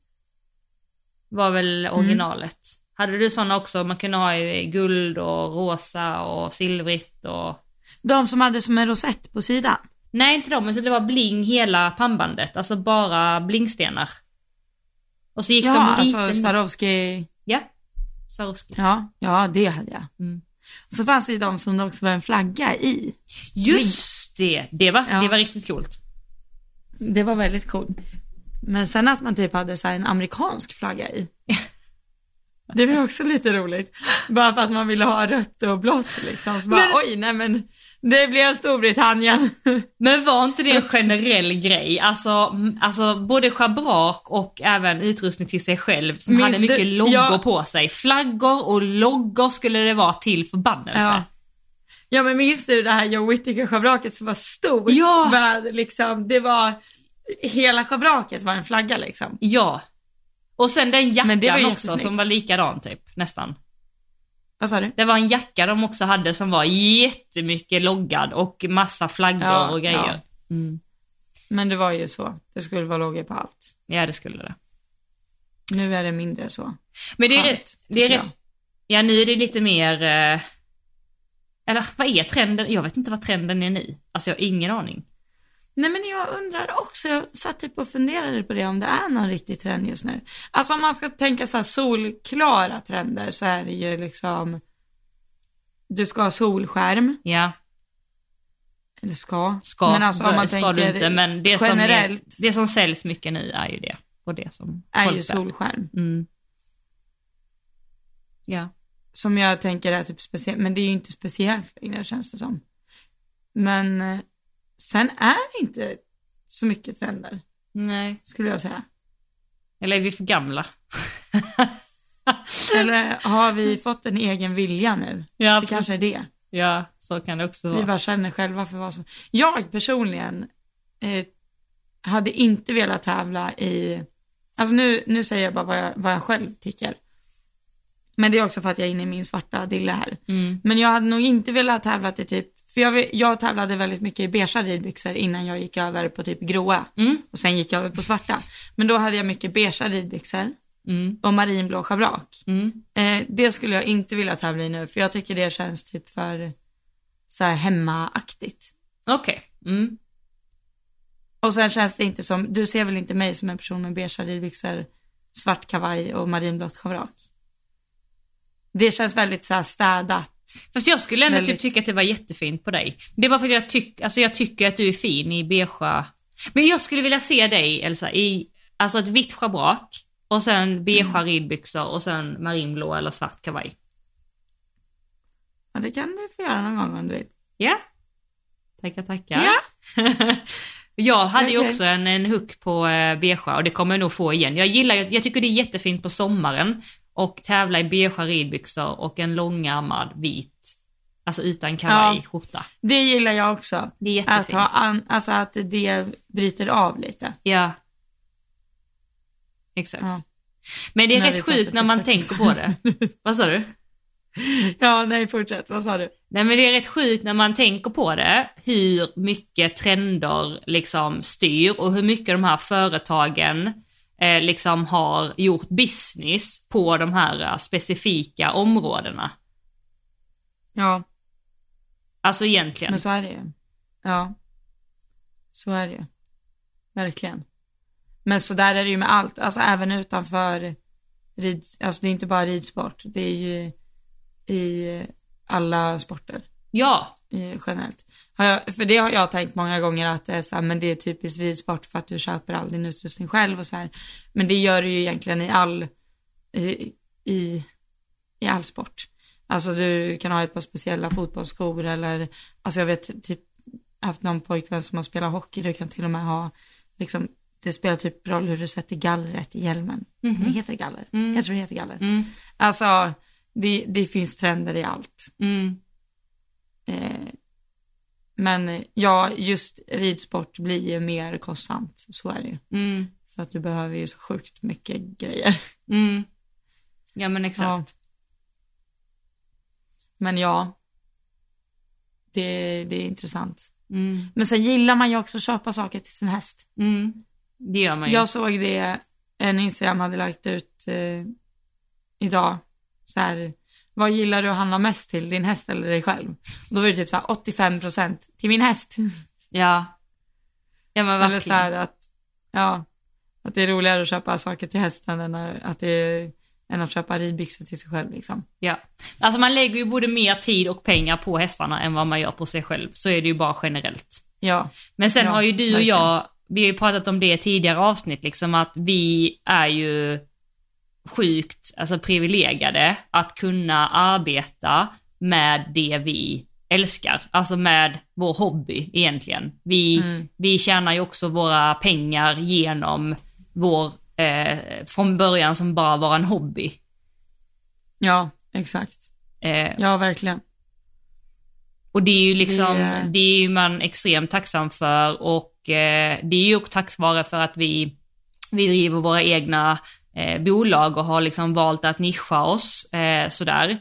var väl originalet. Mm. Hade du sådana också? Man kunde ha i guld och rosa och silvrigt och... De som hade som en rosett på sidan? Nej, inte de, men det var bling hela pannbandet, alltså bara blingstenar. Och så gick ja, de lite... alltså Swarovski... Ja, Swarovski. Ja, ja, det hade jag. Mm. Så fanns det de som det också var en flagga i. Just det, det var, ja. det var riktigt coolt. Det var väldigt coolt. Men sen att man typ hade så här en amerikansk flagga i. Det var också lite roligt. Bara för att man ville ha rött och blått liksom. Så bara, men... oj, nej men det blev Storbritannien. Men var inte det en generell grej? Alltså, alltså både schabrak och även utrustning till sig själv som minns hade mycket du... loggor ja. på sig. Flaggor och loggor skulle det vara till förbannelse. Ja. Ja, men minns du det här Joe Whittaker-schabraket som var stort? Ja. Med, liksom, det var, hela schabraket var en flagga liksom. Ja. Och sen den jackan också jättesnyggt. som var likadan typ, nästan. Vad sa du? Det var en jacka de också hade som var jättemycket loggad och massa flaggor ja, och grejer. Ja. Mm. Men det var ju så. Det skulle vara loggor på allt. Ja, det skulle det. Nu är det mindre så. Men det är, Skönt, det är rätt. Ja, nu är det lite mer... Eh, eller vad är trenden? Jag vet inte vad trenden är nu. Alltså jag har ingen aning. Nej, men jag undrar också, jag satt typ och funderade på det, om det är någon riktig trend just nu. Alltså om man ska tänka så här solklara trender så är det ju liksom, du ska ha solskärm. Ja. Eller ska. Ska, men alltså, om man ska tänker du inte, men det generellt, som, är, det som säljs mycket nu är ju det. Och det som är ju solskärm. Mm. Ja. Som jag tänker är typ speciellt, men det är ju inte speciellt längre, känns det som. Men sen är det inte så mycket trender. Nej. Skulle jag säga. Eller är vi för gamla? Eller har vi fått en egen vilja nu? Ja, det kanske är det. Ja, så kan det också vara. Vi bara känner själva för vad som... Jag personligen eh, hade inte velat tävla i... Alltså nu, nu säger jag bara vad jag, vad jag själv tycker. Men det är också för att jag är inne i min svarta dille här. Mm. Men jag hade nog inte velat tävla till typ... För jag, jag tävlade väldigt mycket i beigea ridbyxor innan jag gick över på typ gråa. Mm. Och sen gick jag över på svarta. Men då hade jag mycket beigea ridbyxor. Mm. Och marinblå schabrak. Mm. Eh, det skulle jag inte vilja tävla i nu. För jag tycker det känns typ för så här hemmaaktigt. Okej. Okay. Mm. Och sen känns det inte som, du ser väl inte mig som en person med beigea ridbyxor, svart kavaj och marinblått schabrak. Det känns väldigt så här städat. Fast jag skulle ändå väldigt... typ tycka att det var jättefint på dig. Det är bara för att jag, tyck, alltså jag tycker att du är fin i beigea. Men jag skulle vilja se dig, Elsa, i alltså ett vitt schabrak och sen beigea mm. ridbyxor och sen marinblå eller svart kavaj. Ja, det kan du få göra någon gång om du vill. Ja. Tackar, tackar. Ja. Jag hade okay. ju också en, en hook på uh, beigea och det kommer jag nog få igen. Jag gillar, jag tycker det är jättefint på sommaren och tävla i beigea ridbyxor och en långärmad vit, Alltså utan kavaj, ja, skjorta. Det gillar jag också. Det är jättefint. Att ha an, alltså att det bryter av lite. Ja. Exakt. Ja. Men det är när rätt sjukt när man tänker på det. Vad sa du? Ja, nej, fortsätt. Vad sa du? Nej, men det är rätt sjukt när man tänker på det, hur mycket trender liksom styr och hur mycket de här företagen eh, liksom har gjort business på de här uh, specifika områdena. Ja. Alltså egentligen. Men så är det ju. Ja. Så är det ju. Verkligen. Men så där är det ju med allt. Alltså även utanför rid, alltså det är inte bara ridsport. Det är ju i alla sporter. Ja. Generellt. Har jag, för det har jag tänkt många gånger att det är så här, men det är typiskt ridsport för att du köper all din utrustning själv och så här. Men det gör du ju egentligen i all i, i, i all sport. Alltså du kan ha ett par speciella fotbollsskor eller, alltså jag vet typ, haft någon pojkvän som har spelat hockey, du kan till och med ha liksom, det spelar typ roll hur du sätter gallret i hjälmen. Mm-hmm. Det heter galler. Mm. Jag tror det heter galler. Mm. Alltså det, det finns trender i allt. Mm. Eh, men ja, just ridsport blir ju mer kostsamt, så är det ju. Mm. För att du behöver ju så sjukt mycket grejer. Mm. Ja, men exakt. Ja. Men ja, det, det är intressant. Mm. Men sen gillar man ju också att köpa saker till sin häst. Mm. Det gör man ju. Jag såg det, en Instagram hade lagt ut eh, idag. Så här, vad gillar du att handla mest till, din häst eller dig själv? Och då var det typ så här åttiofem procent till min häst. Ja. Ja, men verkligen. Eller så här att, ja, att det är roligare att köpa saker till hästen än att, det är, än att köpa ridbyxor till sig själv liksom. Ja, alltså man lägger ju både mer tid och pengar på hästarna än vad man gör på sig själv. Så är det ju bara generellt. Ja. Men sen ja, har ju du och verkligen. jag, vi har ju pratat om det i tidigare avsnitt liksom, att vi är ju sjukt alltså privilegierade att kunna arbeta med det vi älskar, alltså med vår hobby egentligen. Vi, mm. vi tjänar ju också våra pengar genom vår, eh, från början som bara var en hobby. Ja, exakt. Eh, ja, verkligen. Och det är ju liksom, det... det är ju man extremt tacksam för, och eh, det är ju också tack vare för att vi, vi driver våra egna eh, bolag och har liksom valt att nischa oss eh, sådär.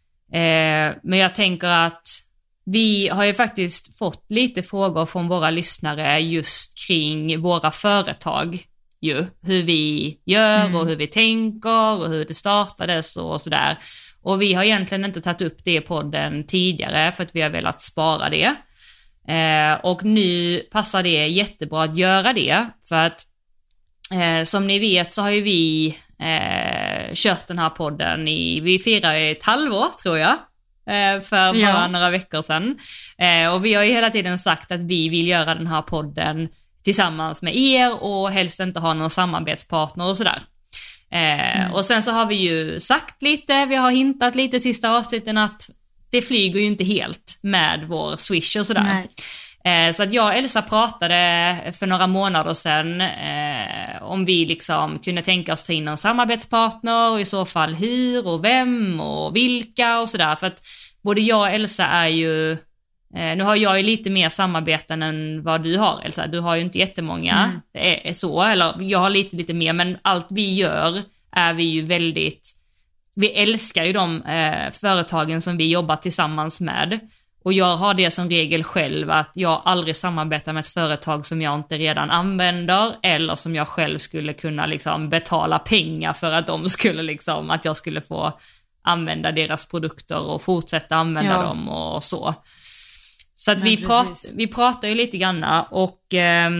Eh, men jag tänker att vi har ju faktiskt fått lite frågor från våra lyssnare just kring våra företag ju, hur vi gör mm. och hur vi tänker och hur det startades och sådär. Och vi har egentligen inte tagit upp det på podden tidigare för att vi har velat spara det. Eh, och nu passar det jättebra att göra det, för att eh, som ni vet så har ju vi eh, kört den här podden i, vi firar ett halvår tror jag. För bara ja. några veckor sedan. Eh, och vi har ju hela tiden sagt att vi vill göra den här podden tillsammans med er och helst inte ha någon samarbetspartner och sådär. Eh, mm. Och sen så har vi ju sagt lite, vi har hintat lite sista avsnitten att det flyger ju inte helt med vår Swish och sådär. Eh, så att jag och Elsa pratade för några månader sedan eh, om vi liksom kunde tänka oss ta in en samarbetspartner och i så fall hur och vem och vilka och sådär. För att både jag och Elsa är ju, eh, nu har jag ju lite mer samarbeten än vad du har Elsa. Du har ju inte jättemånga, mm. det är så, eller jag har lite lite mer, men allt vi gör är vi ju väldigt, vi älskar ju de eh, företagen som vi jobbar tillsammans med. Och jag har det som regel själv att jag aldrig samarbetar med ett företag som jag inte redan använder eller som jag själv skulle kunna liksom betala pengar för att de skulle liksom, att jag skulle få använda deras produkter och fortsätta använda ja. dem och så. Så att vi, prat, vi pratar ju lite grann och eh,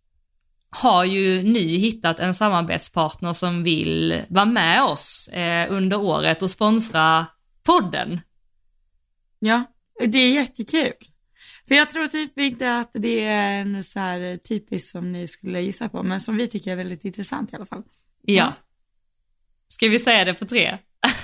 har ju nu hittat en samarbetspartner som vill vara med oss eh, under året och sponsra podden. Ja. Det är jättekul. För jag tror typ inte att det är en så här typisk som ni skulle gissa på, men som vi tycker är väldigt intressant i alla fall. Ja. ja. Ska vi säga det på tre?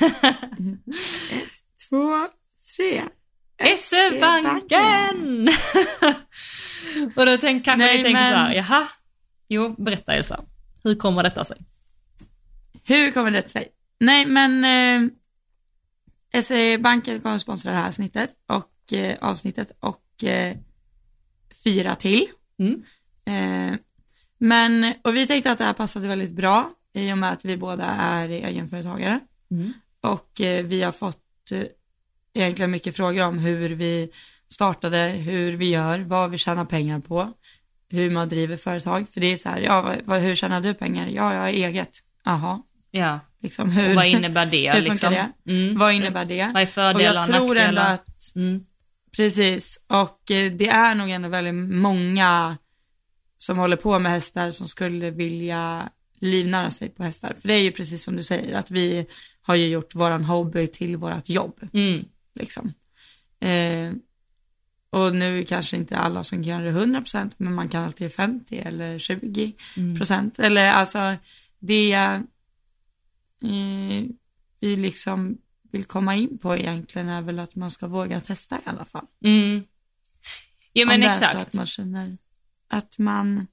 Ett, två, tre. S E-banken! Och då tänk, kanske Nej, ni tänker men... så här, jaha, jo, berätta Elsa. Hur kommer detta sig? Hur kommer det sig? Nej, men... Eh... S E-banken kommer att sponsra det här snittet och eh, avsnittet och eh, fyra till. Mm. Eh, men, och vi tänkte att det här passade väldigt bra i och med att vi båda är egenföretagare. Mm. Och eh, vi har fått eh, egentligen mycket frågor om hur vi startade, hur vi gör, vad vi tjänar pengar på, hur man driver företag. För det är så här, ja, vad, hur tjänar du pengar? Ja, jag har eget. Jaha. Ja. Liksom, hur, och vad innebär det? hur liksom? funkar det? Mm. Vad innebär det? Vad är fördelar och jag och tror ändå nackdelar? att, Mm. precis, och eh, det är nog ändå väldigt många som håller på med hästar som skulle vilja livnära sig på hästar. För det är ju precis som du säger, att vi har ju gjort våran hobby till vårat jobb. Mm. Liksom. Eh, och nu kanske inte alla som kan göra det hundra procent, men man kan alltid göra femtio eller tjugo procent. Mm. Eller alltså, det eh, vi liksom vill komma in på egentligen är väl att man ska våga testa i alla fall. Mm. Ja, men om det exakt. är så att man känner att man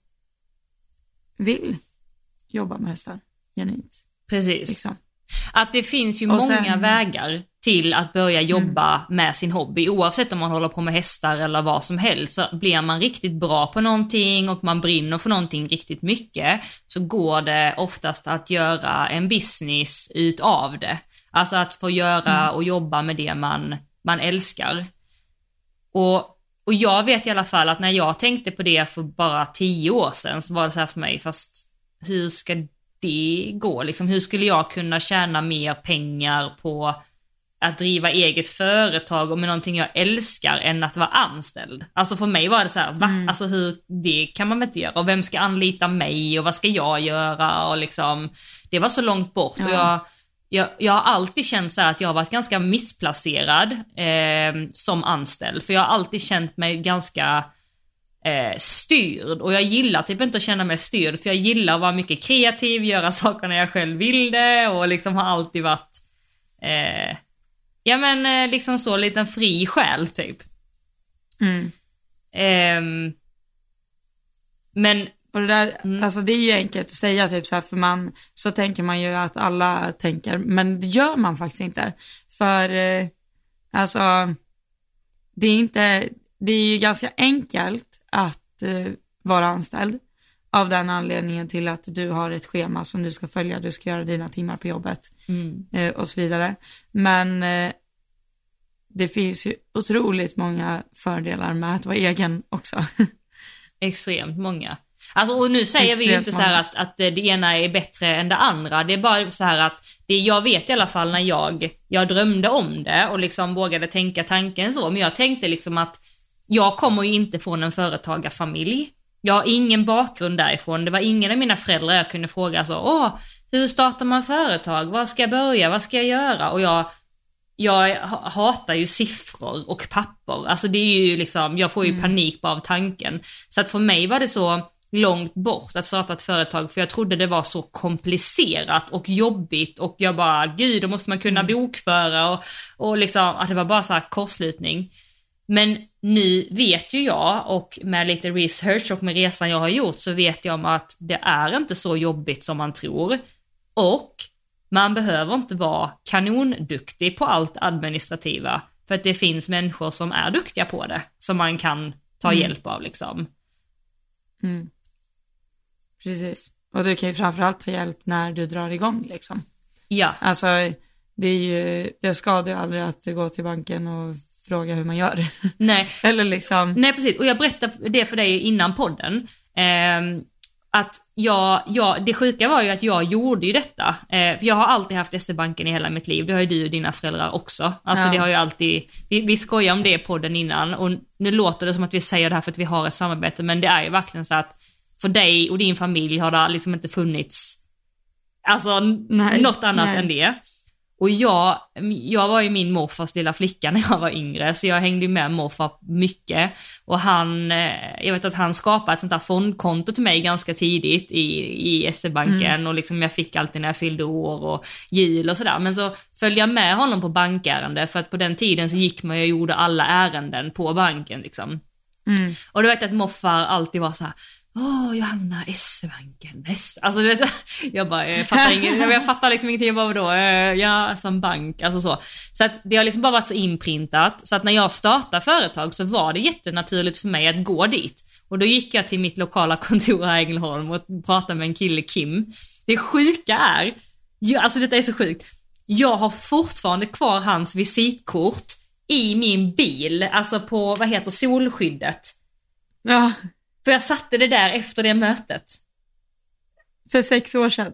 vill jobba med hästar genuint. Precis. Liksom. Att det finns ju Och många sen, vägar till att börja jobba mm. med sin hobby. Oavsett om man håller på med hästar eller vad som helst, så blir man riktigt bra på någonting och man brinner för någonting riktigt mycket, så går det oftast att göra en business utav det. Alltså att få göra mm. och jobba med det man, man älskar. Och, och jag vet i alla fall att när jag tänkte på det för bara tio år sedan, så var det så här för mig, fast hur ska det gå? Liksom, hur skulle jag kunna tjäna mer pengar på att driva eget företag och med någonting jag älskar än att vara anställd? Alltså för mig var det så här, va? Mm. Alltså hur, det kan man väl inte göra? Och vem ska anlita mig? Och vad ska jag göra? Och liksom, det var så långt bort. Ja. Och jag, jag, jag har alltid känt så här att jag har varit ganska missplacerad eh, som anställd. För jag har alltid känt mig ganska eh, styrd. Och jag gillar typ inte att känna mig styrd. För jag gillar att vara mycket kreativ, göra saker när jag själv vill det. Och liksom har alltid varit... Eh, Ja men liksom så liten fri själ typ. Mm. Um, men och det där, mm. alltså det är ju enkelt att säga typ så här, för man, så tänker man ju att alla tänker, men det gör man faktiskt inte. För eh, alltså det är inte, det är ju ganska enkelt att eh, vara anställd. Av den anledningen till att du har ett schema som du ska följa, du ska göra dina timmar på jobbet mm. eh, och så vidare. Men eh, det finns ju otroligt många fördelar med att vara egen också. Extremt många. Alltså, och nu säger Extremt vi ju inte så här att, att det ena är bättre än det andra. Det är bara så här att det, jag vet i alla fall när jag, jag drömde om det och liksom vågade tänka tanken så. Men jag tänkte liksom att jag kommer ju inte från en företagarfamilj. Jag har ingen bakgrund därifrån. Det var ingen av mina föräldrar jag kunde fråga så, åh, hur startar man företag? Vad ska jag börja? Vad ska jag göra? Och jag, jag hatar ju siffror och papper. Alltså det är ju liksom, jag får ju mm. panik bara av tanken. Så att för mig var det så långt bort att starta ett företag, för jag trodde det var så komplicerat och jobbigt och jag bara, gud, då måste man kunna mm. bokföra och, och liksom, att det var bara så här kortslutning. Men nu vet ju jag, och med lite research och med resan jag har gjort, så vet jag om att det är inte så jobbigt som man tror. Och man behöver inte vara kanonduktig på allt administrativa, för att det finns människor som är duktiga på det, som man kan ta mm. hjälp av liksom. Mm. Precis. Och du kan ju framförallt ta hjälp när du drar igång liksom. Ja. Alltså det är ju, det skadar ju aldrig att gå till banken och fråga hur man gör. Nej. Eller liksom. Nej, precis. Och jag berättade det för dig innan podden. Eh, att jag, jag, det sjuka var ju att jag gjorde ju detta. Eh, för jag har alltid haft S E-banken i hela mitt liv. Det har ju du och dina föräldrar också. Alltså ja. Det har ju alltid, vi, vi skojar om det i podden innan. Och nu låter det som att vi säger det här för att vi har ett samarbete. Men det är ju verkligen så att för dig och din familj har det liksom inte funnits alltså nej, något annat nej. än det. Och jag, jag var ju min morfars lilla flicka när jag var yngre, så jag hängde med morfar mycket. Och han, jag vet att han skapade ett sånt där fondkonto till mig ganska tidigt i, i S E-banken. Mm. Och liksom jag fick alltid när jag fyllde år och jul och sådär. Men så följde jag med honom på bankärende, för att på den tiden så gick man och gjorde alla ärenden på banken liksom. Mm. Och då vet jag att morfar alltid var så här, Åh, Johanna, S-banken, S. Alltså, du vet, jag bara, jag fattar inget, jag fattar liksom ingenting, jag bara, vadå, ja, som bank, alltså så. Så att det har liksom bara varit så inprintat, så att när jag startade företag så var det jättenaturligt för mig att gå dit. Och då gick jag till mitt lokala kontor här i Ängelholm och pratade med en kille, Kim. Det sjuka är, ja, alltså detta är så sjukt, jag har fortfarande kvar hans visitkort i min bil, alltså på, vad heter solskyddet. Ja. För jag satte det där efter det mötet. För sex år sedan.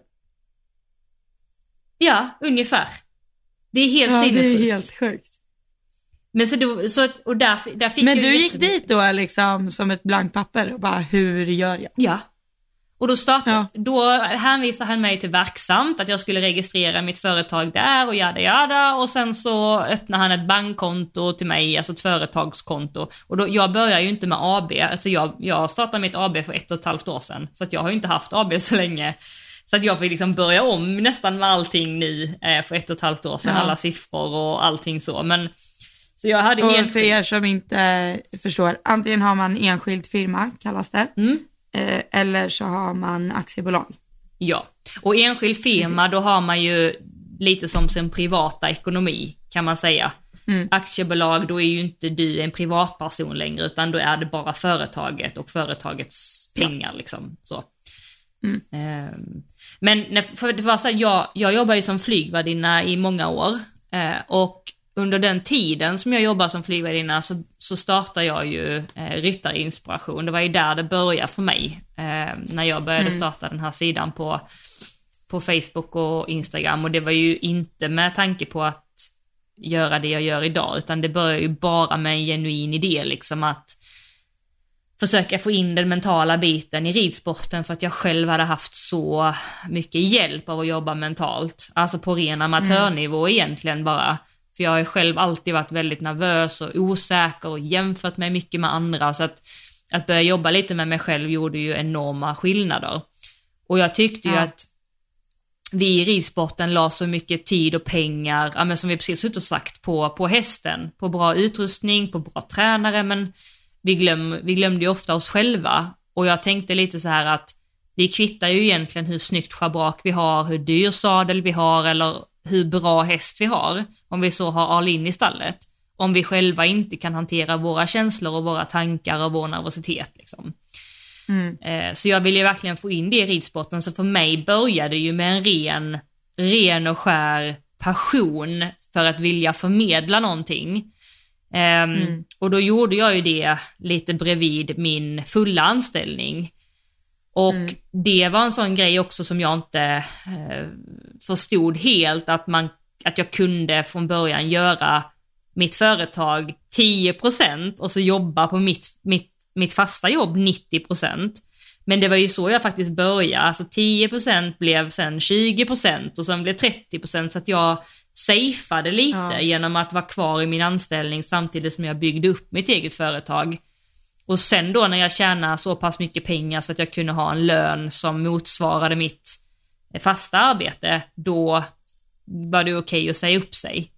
Ja, ungefär. Det är helt ja, sinnessjukt. det är helt sjukt. Men så då, så, och där, där fick Men jag du gick jättemycket. dit då liksom som ett blankt papper och bara, hur gör jag? Ja. Och då startade, ja. då hänvisade han mig till Verksamt, att jag skulle registrera mitt företag där och jada jada, och sen så öppnade han ett bankkonto till mig, alltså ett företagskonto, och då, jag börjar ju inte med A B, alltså jag, jag startade mitt A B för ett och ett halvt år sedan, så att jag har ju inte haft A B så länge, så att jag fick liksom börja om nästan med allting nu eh, för ett och ett halvt år sedan, ja. Alla siffror och allting så, men så jag hade och helt... för er som inte förstår, antingen har man enskild firma, kallas det, mm. eh, eller så har man aktiebolag. Ja, och enskild firma, precis. Då har man ju lite som sin privata ekonomi, kan man säga. Mm. Aktiebolag, då är ju inte du en privatperson längre, utan då är det bara företaget och företagets pengar, ja. Liksom så. Mm. Um, men för det var så här, jag, jag jobbar ju som flygvärdinna i många år, uh, och under den tiden som jag jobbar som flygvärdinna så, så startar jag ju eh, Ryttarinspiration. Det var ju där det började för mig. Eh, när jag började mm. starta den här sidan på, på Facebook och Instagram. Och det var ju inte med tanke på att göra det jag gör idag. Utan det började ju bara med en genuin idé. Liksom att försöka få in den mentala biten i ridsporten. För att jag själv hade haft så mycket hjälp av att jobba mentalt. Alltså på ren amatörnivå mm. egentligen bara. För jag har själv alltid varit väldigt nervös och osäker och jämfört mig mycket med andra. Så att, att börja jobba lite med mig själv gjorde ju enorma skillnader. Och jag tyckte ja. ju att vi i ridsporten la så mycket tid och pengar, ja, men som vi precis har sagt, på, på hästen. På bra utrustning, på bra tränare. Men vi, glöm, vi glömde ju ofta oss själva. Och jag tänkte lite så här att det kvittar ju egentligen hur snyggt schabrak vi har, hur dyr sadel vi har eller hur bra häst vi har, om vi så har all in i stallet, om vi själva inte kan hantera våra känslor och våra tankar och vår nervositet liksom. Mm. Eh, så jag ville ju verkligen få in det i ridsporten, så för mig började det ju med en ren, ren och skär passion för att vilja förmedla någonting. Eh, mm. Och då gjorde jag ju det lite bredvid min fulla anställning. Och mm. det var en sån grej också som jag inte eh, förstod helt, att, man, att jag kunde från början göra mitt företag tio procent och så jobba på mitt, mitt, mitt fasta jobb nittio procent. Men det var ju så jag faktiskt började, alltså tio procent blev sen tjugo procent och sen blev trettio procent, så att jag safeade lite ja. genom att vara kvar i min anställning samtidigt som jag byggde upp mitt eget företag. Och sen då när jag tjänade så pass mycket pengar så att jag kunde ha en lön som motsvarade mitt fasta arbete, då var det okej okay att säga upp sig.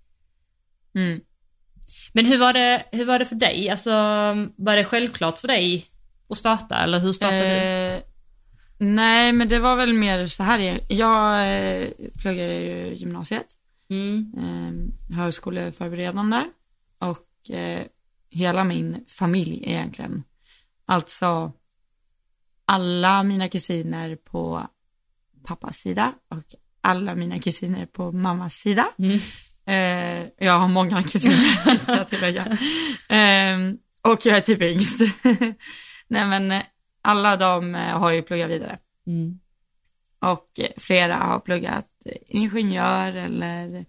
Mm. Men hur var det, hur var det för dig? Alltså, var det självklart för dig att starta, eller hur startade eh, du? Nej, men det var väl mer så här. Jag eh, pluggade ju gymnasiet. Mm. Eh, högskoleförberedande. Och eh, hela min familj egentligen. Alltså alla mina kusiner på pappas sida och alla mina kusiner på mammas sida. Mm. Eh, jag har många kusiner kan jag tillägga. Eh, och jag är typ yngst. Nej, men alla de har ju pluggat vidare. Mm. Och flera har pluggat ingenjör eller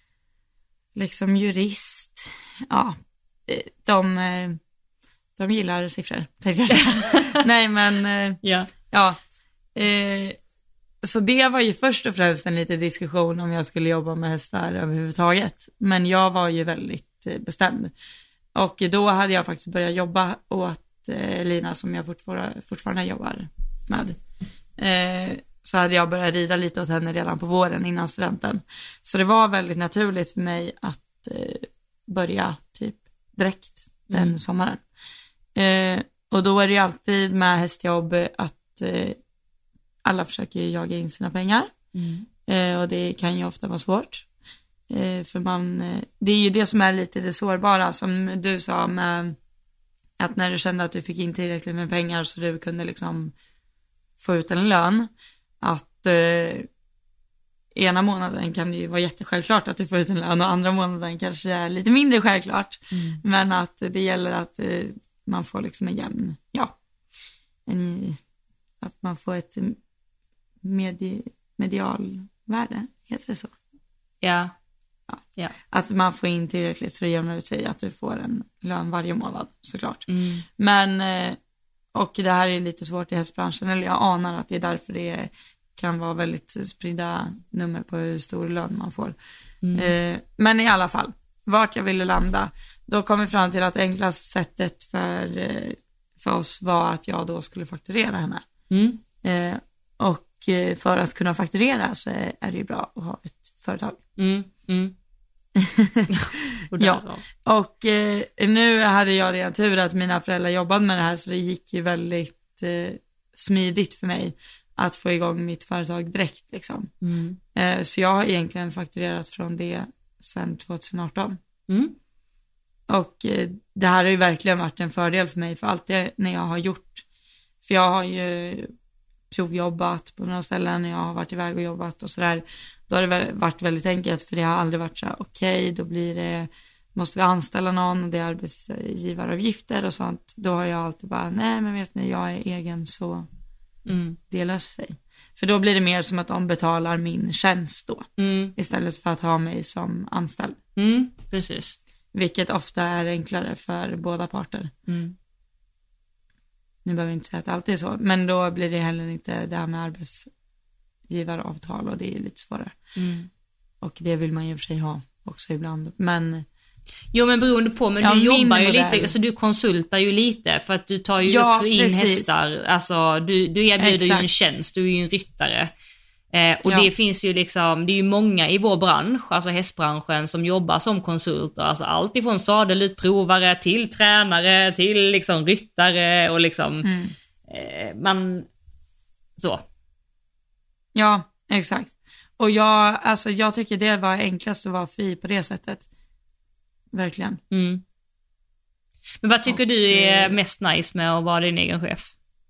liksom jurist. Ja, de, de gillar siffror, tänkte jag säga. Nej, men ja, ja. Eh, så det var ju först och främst en liten diskussion om jag skulle jobba med hästar överhuvudtaget. Men jag var ju väldigt bestämd. Och då hade jag faktiskt börjat jobba åt eh, Lina, som jag fortfarande, fortfarande jobbar med. Eh, så hade jag börjat rida lite åt henne redan på våren innan studenten. Så det var väldigt naturligt för mig att eh, börja typ direkt den mm. sommaren. Eh, Och då är det ju alltid med hästjobb att eh, alla försöker jaga in sina pengar. Mm. Eh, och det kan ju ofta vara svårt. Eh, för man, eh, det är ju det som är lite det sårbara, som du sa med att när du kände att du fick in tillräckligt med pengar så du kunde liksom få ut en lön, att eh, ena månaden kan det ju vara jättesjälvklart att du får ut en lön och andra månaden kanske är lite mindre självklart. Mm. Men att det gäller att eh, man får liksom en jämn, ja, en, att man får ett medi, medialvärde, heter det så? Ja. Ja. Ja. Att man får in tillräckligt så det jämnar ut sig, att du får en lön varje månad, såklart. Mm. Men, och det här är lite svårt i hästbranschen, eller jag anar att det är därför det kan vara väldigt spridda nummer på hur stor lön man får. Mm. Men i alla fall, vart jag ville landa, då kom vi fram till att det enklaste sättet för, för oss var att jag då skulle fakturera henne. Mm. Och för att kunna fakturera så är det ju bra att ha ett företag. Mm. Mm. och ja, och eh, nu hade jag redan tur att mina föräldrar jobbade med det här, så det gick ju väldigt eh, smidigt för mig att få igång mitt företag direkt liksom. Mm. Eh, så jag har egentligen fakturerat från det sedan tjugo arton. Mm. Och eh, det här har ju verkligen varit en fördel för mig, för allt det när jag har gjort, för jag har ju provjobbat på några ställen när jag har varit iväg och jobbat och sådär. Då har det varit väldigt enkelt, för det har aldrig varit så okej, okay, då blir det, måste vi anställa någon och det är arbetsgivaravgifter och sånt. Då har jag alltid bara, nej men vet ni, jag är egen, så mm. det löser sig. För då blir det mer som att de betalar min tjänst då, mm. istället för att ha mig som anställd. Mm, precis. Vilket ofta är enklare för båda parter. Mm. Nu behöver jag inte säga att det alltid är så, men då blir det heller inte det här med arbetsgivaravtal, och det är lite svårare. Mm. Och det vill man ju för sig ha också ibland. Men jo, men beroende på, men ja, du jobbar ju modell. lite, alltså du konsultar ju lite, för att du tar ju ja, också in precis. hästar, alltså du, du erbjuder Exakt. ju en tjänst, du är ju en ryttare. Eh, och ja. det finns ju liksom, det är ju många i vår bransch, alltså hästbranschen, som jobbar som konsulter, alltså allt ifrån sadelutprovare till tränare till liksom ryttare och liksom mm. eh, man så. Ja, exakt. Och jag, alltså jag tycker det var enklast att vara fri på det sättet. Verkligen. Mm. Men vad tycker och, du är mest nice med att vara din egen chef?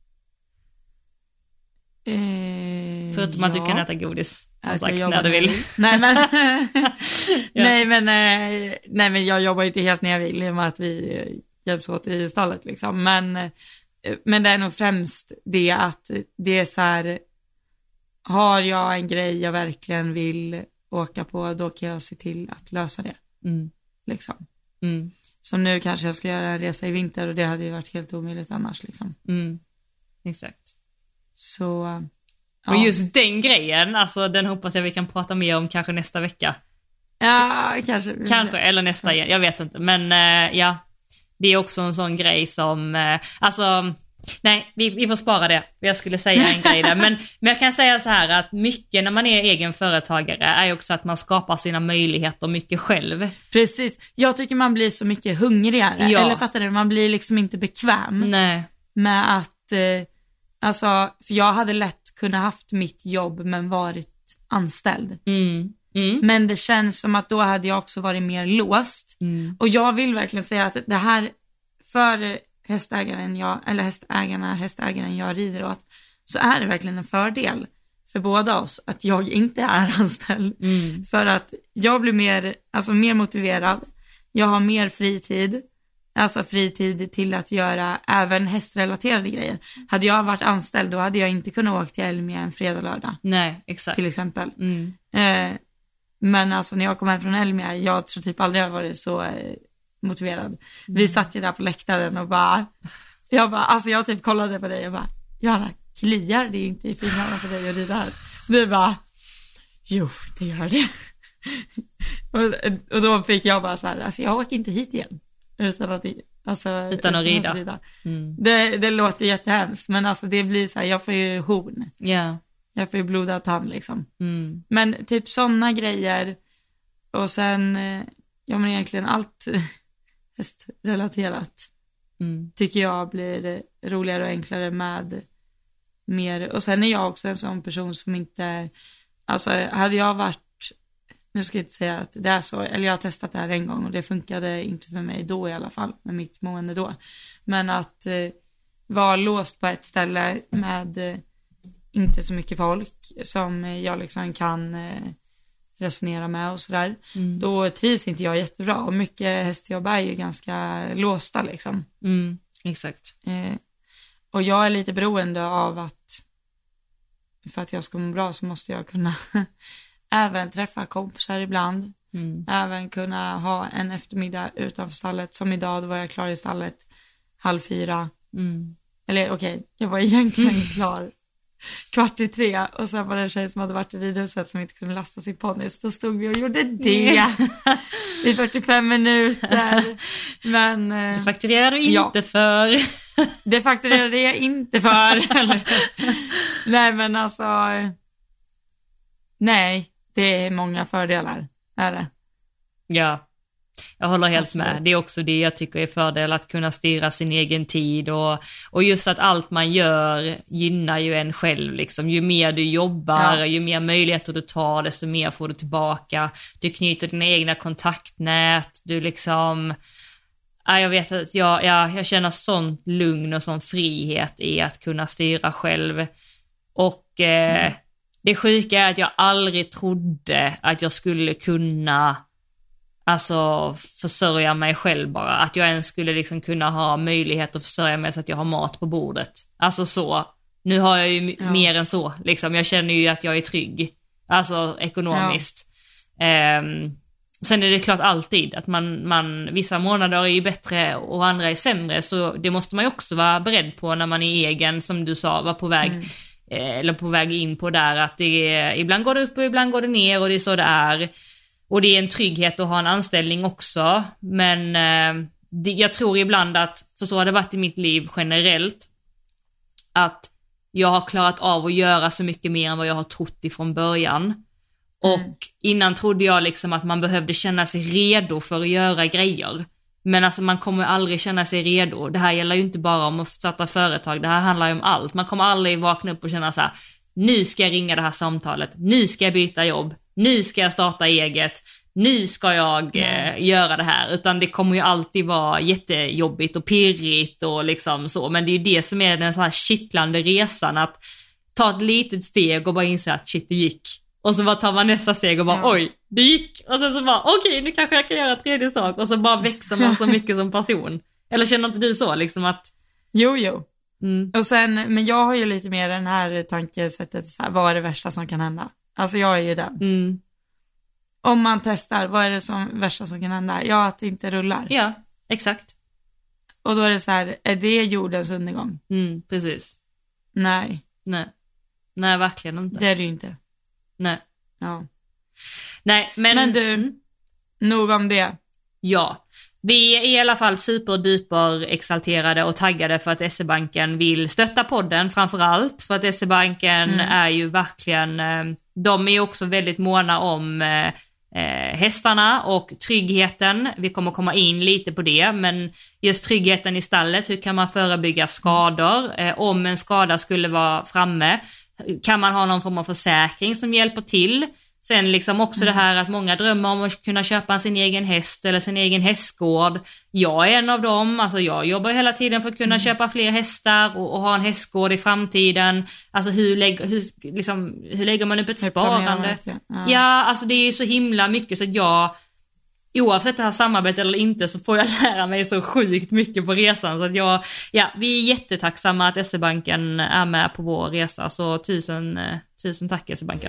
Eh, Förutom ja. att du kan äta godis, som att sagt, när du vill. Nej men, ja. nej, men eh, nej men jag jobbar inte helt när jag vill, i och med att vi eh, hjälps åt i stallet liksom. Men, eh, men det är nog främst det att det är så här, har jag en grej jag verkligen vill åka på, då kan jag se till att lösa det. Mm. Liksom. Mm. Som nu kanske jag skulle göra en resa i vinter, och det hade ju varit helt omöjligt annars liksom. Mm. Exakt. Så ja. Och just den grejen, alltså den hoppas jag vi kan prata mer om kanske nästa vecka. Ja, kanske. Kanske, eller nästa igen, jag vet inte. Men äh, ja, det är också en sån grej som, äh, alltså, nej, vi, vi får spara det. Jag skulle säga en grej där. Men, men jag kan säga så här att mycket när man är egen företagare är också att man skapar sina möjligheter mycket själv. Precis, jag tycker man blir så mycket hungrigare. Ja. Eller fattar du, man blir liksom inte bekväm Nej. med att, eh, alltså, för jag hade lätt kunnat haft mitt jobb men varit anställd. Mm. Mm. Men det känns som att då hade jag också varit mer låst. Mm. Och jag vill verkligen säga att det här, för hästägaren jag, eller hästägarna, hästägaren jag rider åt, så är det verkligen en fördel för båda oss att jag inte är anställd. Mm. För att jag blir mer, alltså mer motiverad. Jag har mer fritid. Alltså fritid till att göra även hästrelaterade grejer. Hade jag varit anställd, då hade jag inte kunnat åka till Elmia en fredag lördag. Nej, exakt. Till exempel. Mm. Eh, men alltså när jag kom hem från Elmia, jag tror typ aldrig jag varit så eh, motiverad. Mm. Vi satt ju där på läktaren och bara, jag bara, alltså jag typ kollade på dig och bara, Johanna, kliar det inte i fingrarna på dig och rida här? Du bara, jo, det gör det. och, och då fick jag bara så här, alltså jag åker inte hit igen. Utan att, alltså, utan, utan att rida. Att rida. Mm. Det, det låter jättehemskt, men alltså det blir så här, jag får ju horn. Ja. Yeah. Jag får ju blodad tand liksom. Mm. Men typ sådana grejer. Och sen, ja men egentligen allt hästrelaterat. Mm. Tycker jag blir roligare och enklare med mer. Och sen är jag också en sån person som inte, alltså hade jag varit, nu ska jag inte säga att det är så, eller jag har testat det här en gång och det funkade inte för mig då i alla fall, med mitt mående då. Men att eh, vara låst på ett ställe med eh, inte så mycket folk som jag liksom kan eh, resonera med och sådär. Mm. Då trivs inte jag jättebra och mycket hästjobb är ju ganska låsta liksom. Mm, exakt. Eh, och jag är lite beroende av att för att jag ska må bra så måste jag kunna även träffa kompisar ibland. Mm. Även kunna ha en eftermiddag utanför stallet. Som idag, då var jag klar i stallet halv fyra. Mm. Eller okej, okay, jag var egentligen mm. klar kvart i tre. Och sen var det en tjej som hade varit i ridhuset som inte kunde lasta sin ponny. Så då stod vi och gjorde det i fyrtiofem minuter. Men det fakturerade du inte ja. för. Det fakturerade jag inte för. Nej men alltså, nej, det är många fördelar, är det. Ja, jag håller helt Absolut. med. Det är också det jag tycker är fördel, att kunna styra sin egen tid och, och just att allt man gör gynnar ju en själv liksom. Ju mer du jobbar, ja. ju mer möjligheter du tar, desto mer får du tillbaka. Du knyter dina egna kontaktnät, du liksom... Ja, jag vet att jag, jag, jag känner sånt lugn och sån frihet i att kunna styra själv. Och eh, mm. det sjuka är att jag aldrig trodde att jag skulle kunna alltså försörja mig själv bara. Att jag ens skulle liksom kunna ha möjlighet att försörja mig så att jag har mat på bordet. Alltså så. Nu har jag ju ja. mer än så. Liksom. Jag känner ju att jag är trygg. Alltså ekonomiskt. Ja. Um, Sen är det klart alltid att man, man, vissa månader är ju bättre och andra är sämre, så det måste man ju också vara beredd på när man är egen, som du sa, var på väg mm. eh, eller på väg in på där, att det är, ibland går det upp och ibland går det ner och det är så det är. Och det är en trygghet att ha en anställning också, men eh, det, jag tror ibland att, för så har det varit i mitt liv generellt, att jag har klarat av att göra så mycket mer än vad jag har trott ifrån början. Och mm. innan trodde jag liksom att man behövde känna sig redo för att göra grejer. Men alltså man kommer aldrig känna sig redo. Det här gäller ju inte bara om att starta företag. Det här handlar ju om allt. Man kommer aldrig vakna upp och känna så här: nu ska jag ringa det här samtalet. Nu ska jag byta jobb. Nu ska jag starta eget. Nu ska jag eh, göra det här. Utan det kommer ju alltid vara jättejobbigt och pirrigt och liksom så. Men det är ju det som är den så här kittlande resan. Att ta ett litet steg och bara inse att shit, det gick. Och så bara tar man nästa steg och bara ja. oj, det gick. Och sen så bara okej, okay, nu kanske jag kan göra tredje sak. Och så bara växer man så mycket som person. Eller känner inte du så liksom att... Jo, jo. Mm. Och sen, men jag har ju lite mer den här tankesättet, så här, vad är det värsta som kan hända? Alltså jag är ju den. Mm. Om man testar, vad är det som värsta som kan hända? Ja, att det inte rullar. Ja, exakt. Och då är det så här, är det jordens undergång? Mm, precis. Nej. Nej. Nej, verkligen inte. Det är det ju inte. Nej. Ja. Nej, men... Men du, mm. nog om det. Ja. Vi är i alla fall superduper exalterade och taggade för att S E-banken vill stötta podden framförallt. För att S E-banken mm. är ju verkligen... De är ju också väldigt måna om eh, hästarna och tryggheten. Vi kommer komma in lite på det. Men just tryggheten i stallet. Hur kan man förebygga skador? Eh, om en skada skulle vara framme... Kan man ha någon form av försäkring som hjälper till? Sen liksom också mm. det här att många drömmer om att kunna köpa sin egen häst eller sin egen hästgård. Jag är en av dem. Alltså jag jobbar hela tiden för att kunna mm. köpa fler hästar och, och ha en hästgård i framtiden. Alltså hur, lägg, hur, liksom, hur lägger man upp ett hur sparande? Ja. ja, alltså det är ju så himla mycket så att jag... Oavsett det här samarbetet eller inte så får jag lära mig så sjukt mycket på resan. Så att jag, ja, vi är jättetacksamma att S E-banken är med på vår resa. Så tusen, tusen tack S E-banken.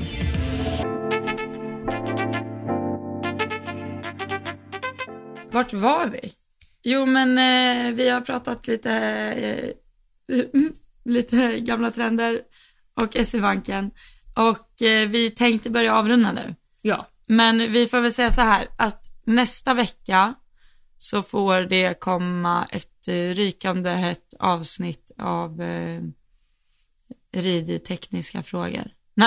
Vart var vi? Jo men eh, vi har pratat lite, eh, lite gamla trender och S E-banken. Och eh, vi tänkte börja avrunda nu. Ja. Men vi får väl säga så här att nästa vecka så får det komma ett rykande hett avsnitt av eh, ridtekniska frågor.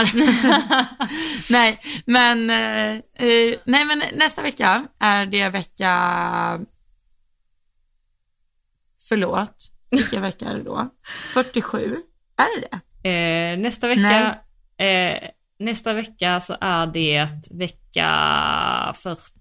nej, men eh, eh, nej, men nästa vecka är det vecka förlåt, vilken vecka är det då? fyrtiosju, är det det? Eh, nästa vecka eh, nästa vecka så är det vecka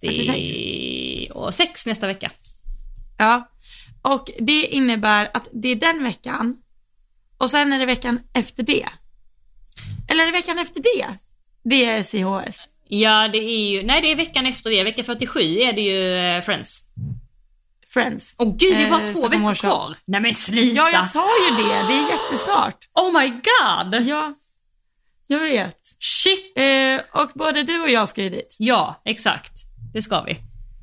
fyrtiosex nästa vecka. Ja, och det innebär att det är den veckan och sen är det veckan efter det. Eller är det veckan efter det? Det är C H S. Ja, det är ju, nej det är veckan efter det. Vecka fyrtiosju är det ju eh, Friends. Friends. Åh gud, det är bara Eh, två Stockholm veckor Årsdag. kvar. Nej men sluta. Ja, jag sa ju det. Det är jättesnart. Oh my god. Ja, jag vet. Shit. Eh, och både du och jag ska ju dit. Ja, exakt. Det ska vi.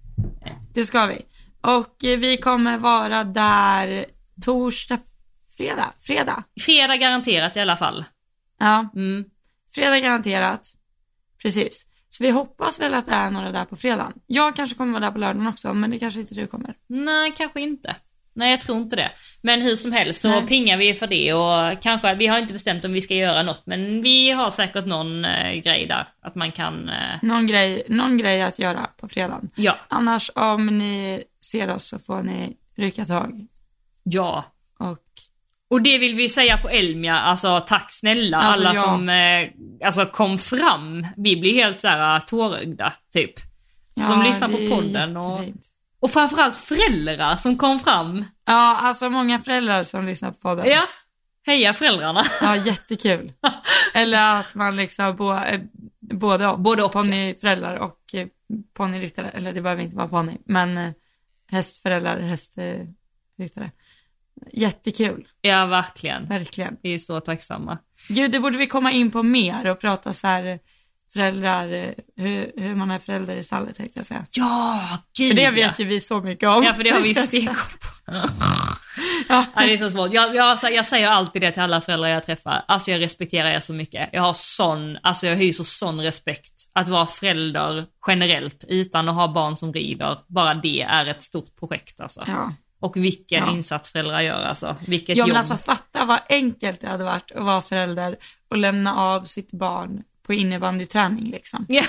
Det ska vi. Och eh, vi kommer vara där torsdag, fredag, fredag. Fredag garanterat i alla fall. Ja, Mm. fredag garanterat. Precis. Så vi hoppas väl att det är några där på fredagen. Jag kanske kommer vara där på lördagen också, men det kanske inte du kommer. Nej, kanske inte. Nej, jag tror inte det. Men hur som helst så Nej. pingar vi för det och kanske, vi har inte bestämt om vi ska göra något, men vi har säkert någon eh, grej där. Att man kan... Eh... Någon grej, någon grej att göra på fredagen. Ja. Annars om ni ser oss så får ni rycka tag. Ja. Och Och det vill vi säga på Elmia, alltså tack snälla Alltså, alla ja. som eh, alltså kom fram. Vi blir helt så här tårögda typ. Som lyssnar det är på podden och, jättefint. och framförallt föräldrar som kom fram. Ja, alltså många föräldrar som lyssnar på podden. Ja, heja föräldrarna. Ja, jättekul. Eller att man liksom bo, eh, både och. Både och, Ponnyföräldrar och eh, ponnyryttare. Eller det behöver inte vara ponny. Men eh, hästföräldrar, hästryttare. Jättekul. Ja, verkligen. Verkligen. Vi är så tacksamma. Gud, det borde vi komma in på mer och prata så här eh, föräldrar, eh, hur, hur man är förälder i stallet, tänkte jag säga. Ja, gud. För det vet ju vi så mycket om. Ja, för det har vi stenkoll på. Ja. Ja, det är så svårt. Jag, jag, jag säger alltid det till alla föräldrar jag träffar. Alltså jag respekterar er så mycket. Jag har sån, alltså jag hyser sån respekt. Att vara förälder generellt utan att ha barn som rider. Bara det är ett stort projekt alltså. Ja. Och vilken Ja. insats föräldrar gör alltså. Vilket Ja, jobb. men alltså fatta vad enkelt det hade varit att vara förälder och lämna av sitt barn på innebandyträning liksom. Ja.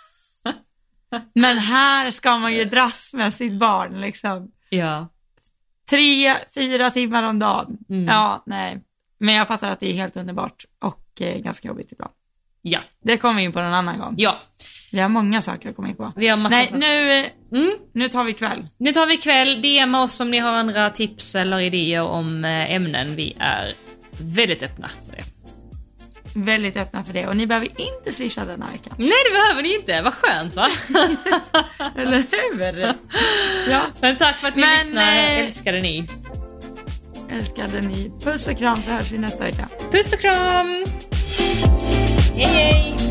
Men här ska man ju dras med sitt barn liksom. Ja. Tre, fyra timmar om dagen. Mm. Ja, nej. Men jag fattar att det är helt underbart och eh, ganska jobbigt ibland. Ja. Det kommer vi in på en annan gång. Ja. Vi har många saker att komma in på. Vi har massa Nej, saker. nu, eh, Mm. nu tar vi kväll. Nu tar vi kväll. D M oss om ni har andra tips eller idéer om eh, ämnen. Vi är väldigt öppna för det. Väldigt öppna för det. Och ni behöver inte swisha denna vecka. Nej, det behöver ni inte. Vad skönt, va? Eller hur? Ja, Men tack för att ni Men, lyssnar. eh, Älskade ni. älskade ni. Puss och kram, så hörs vi nästa vecka. Puss och kram! Hej, hej!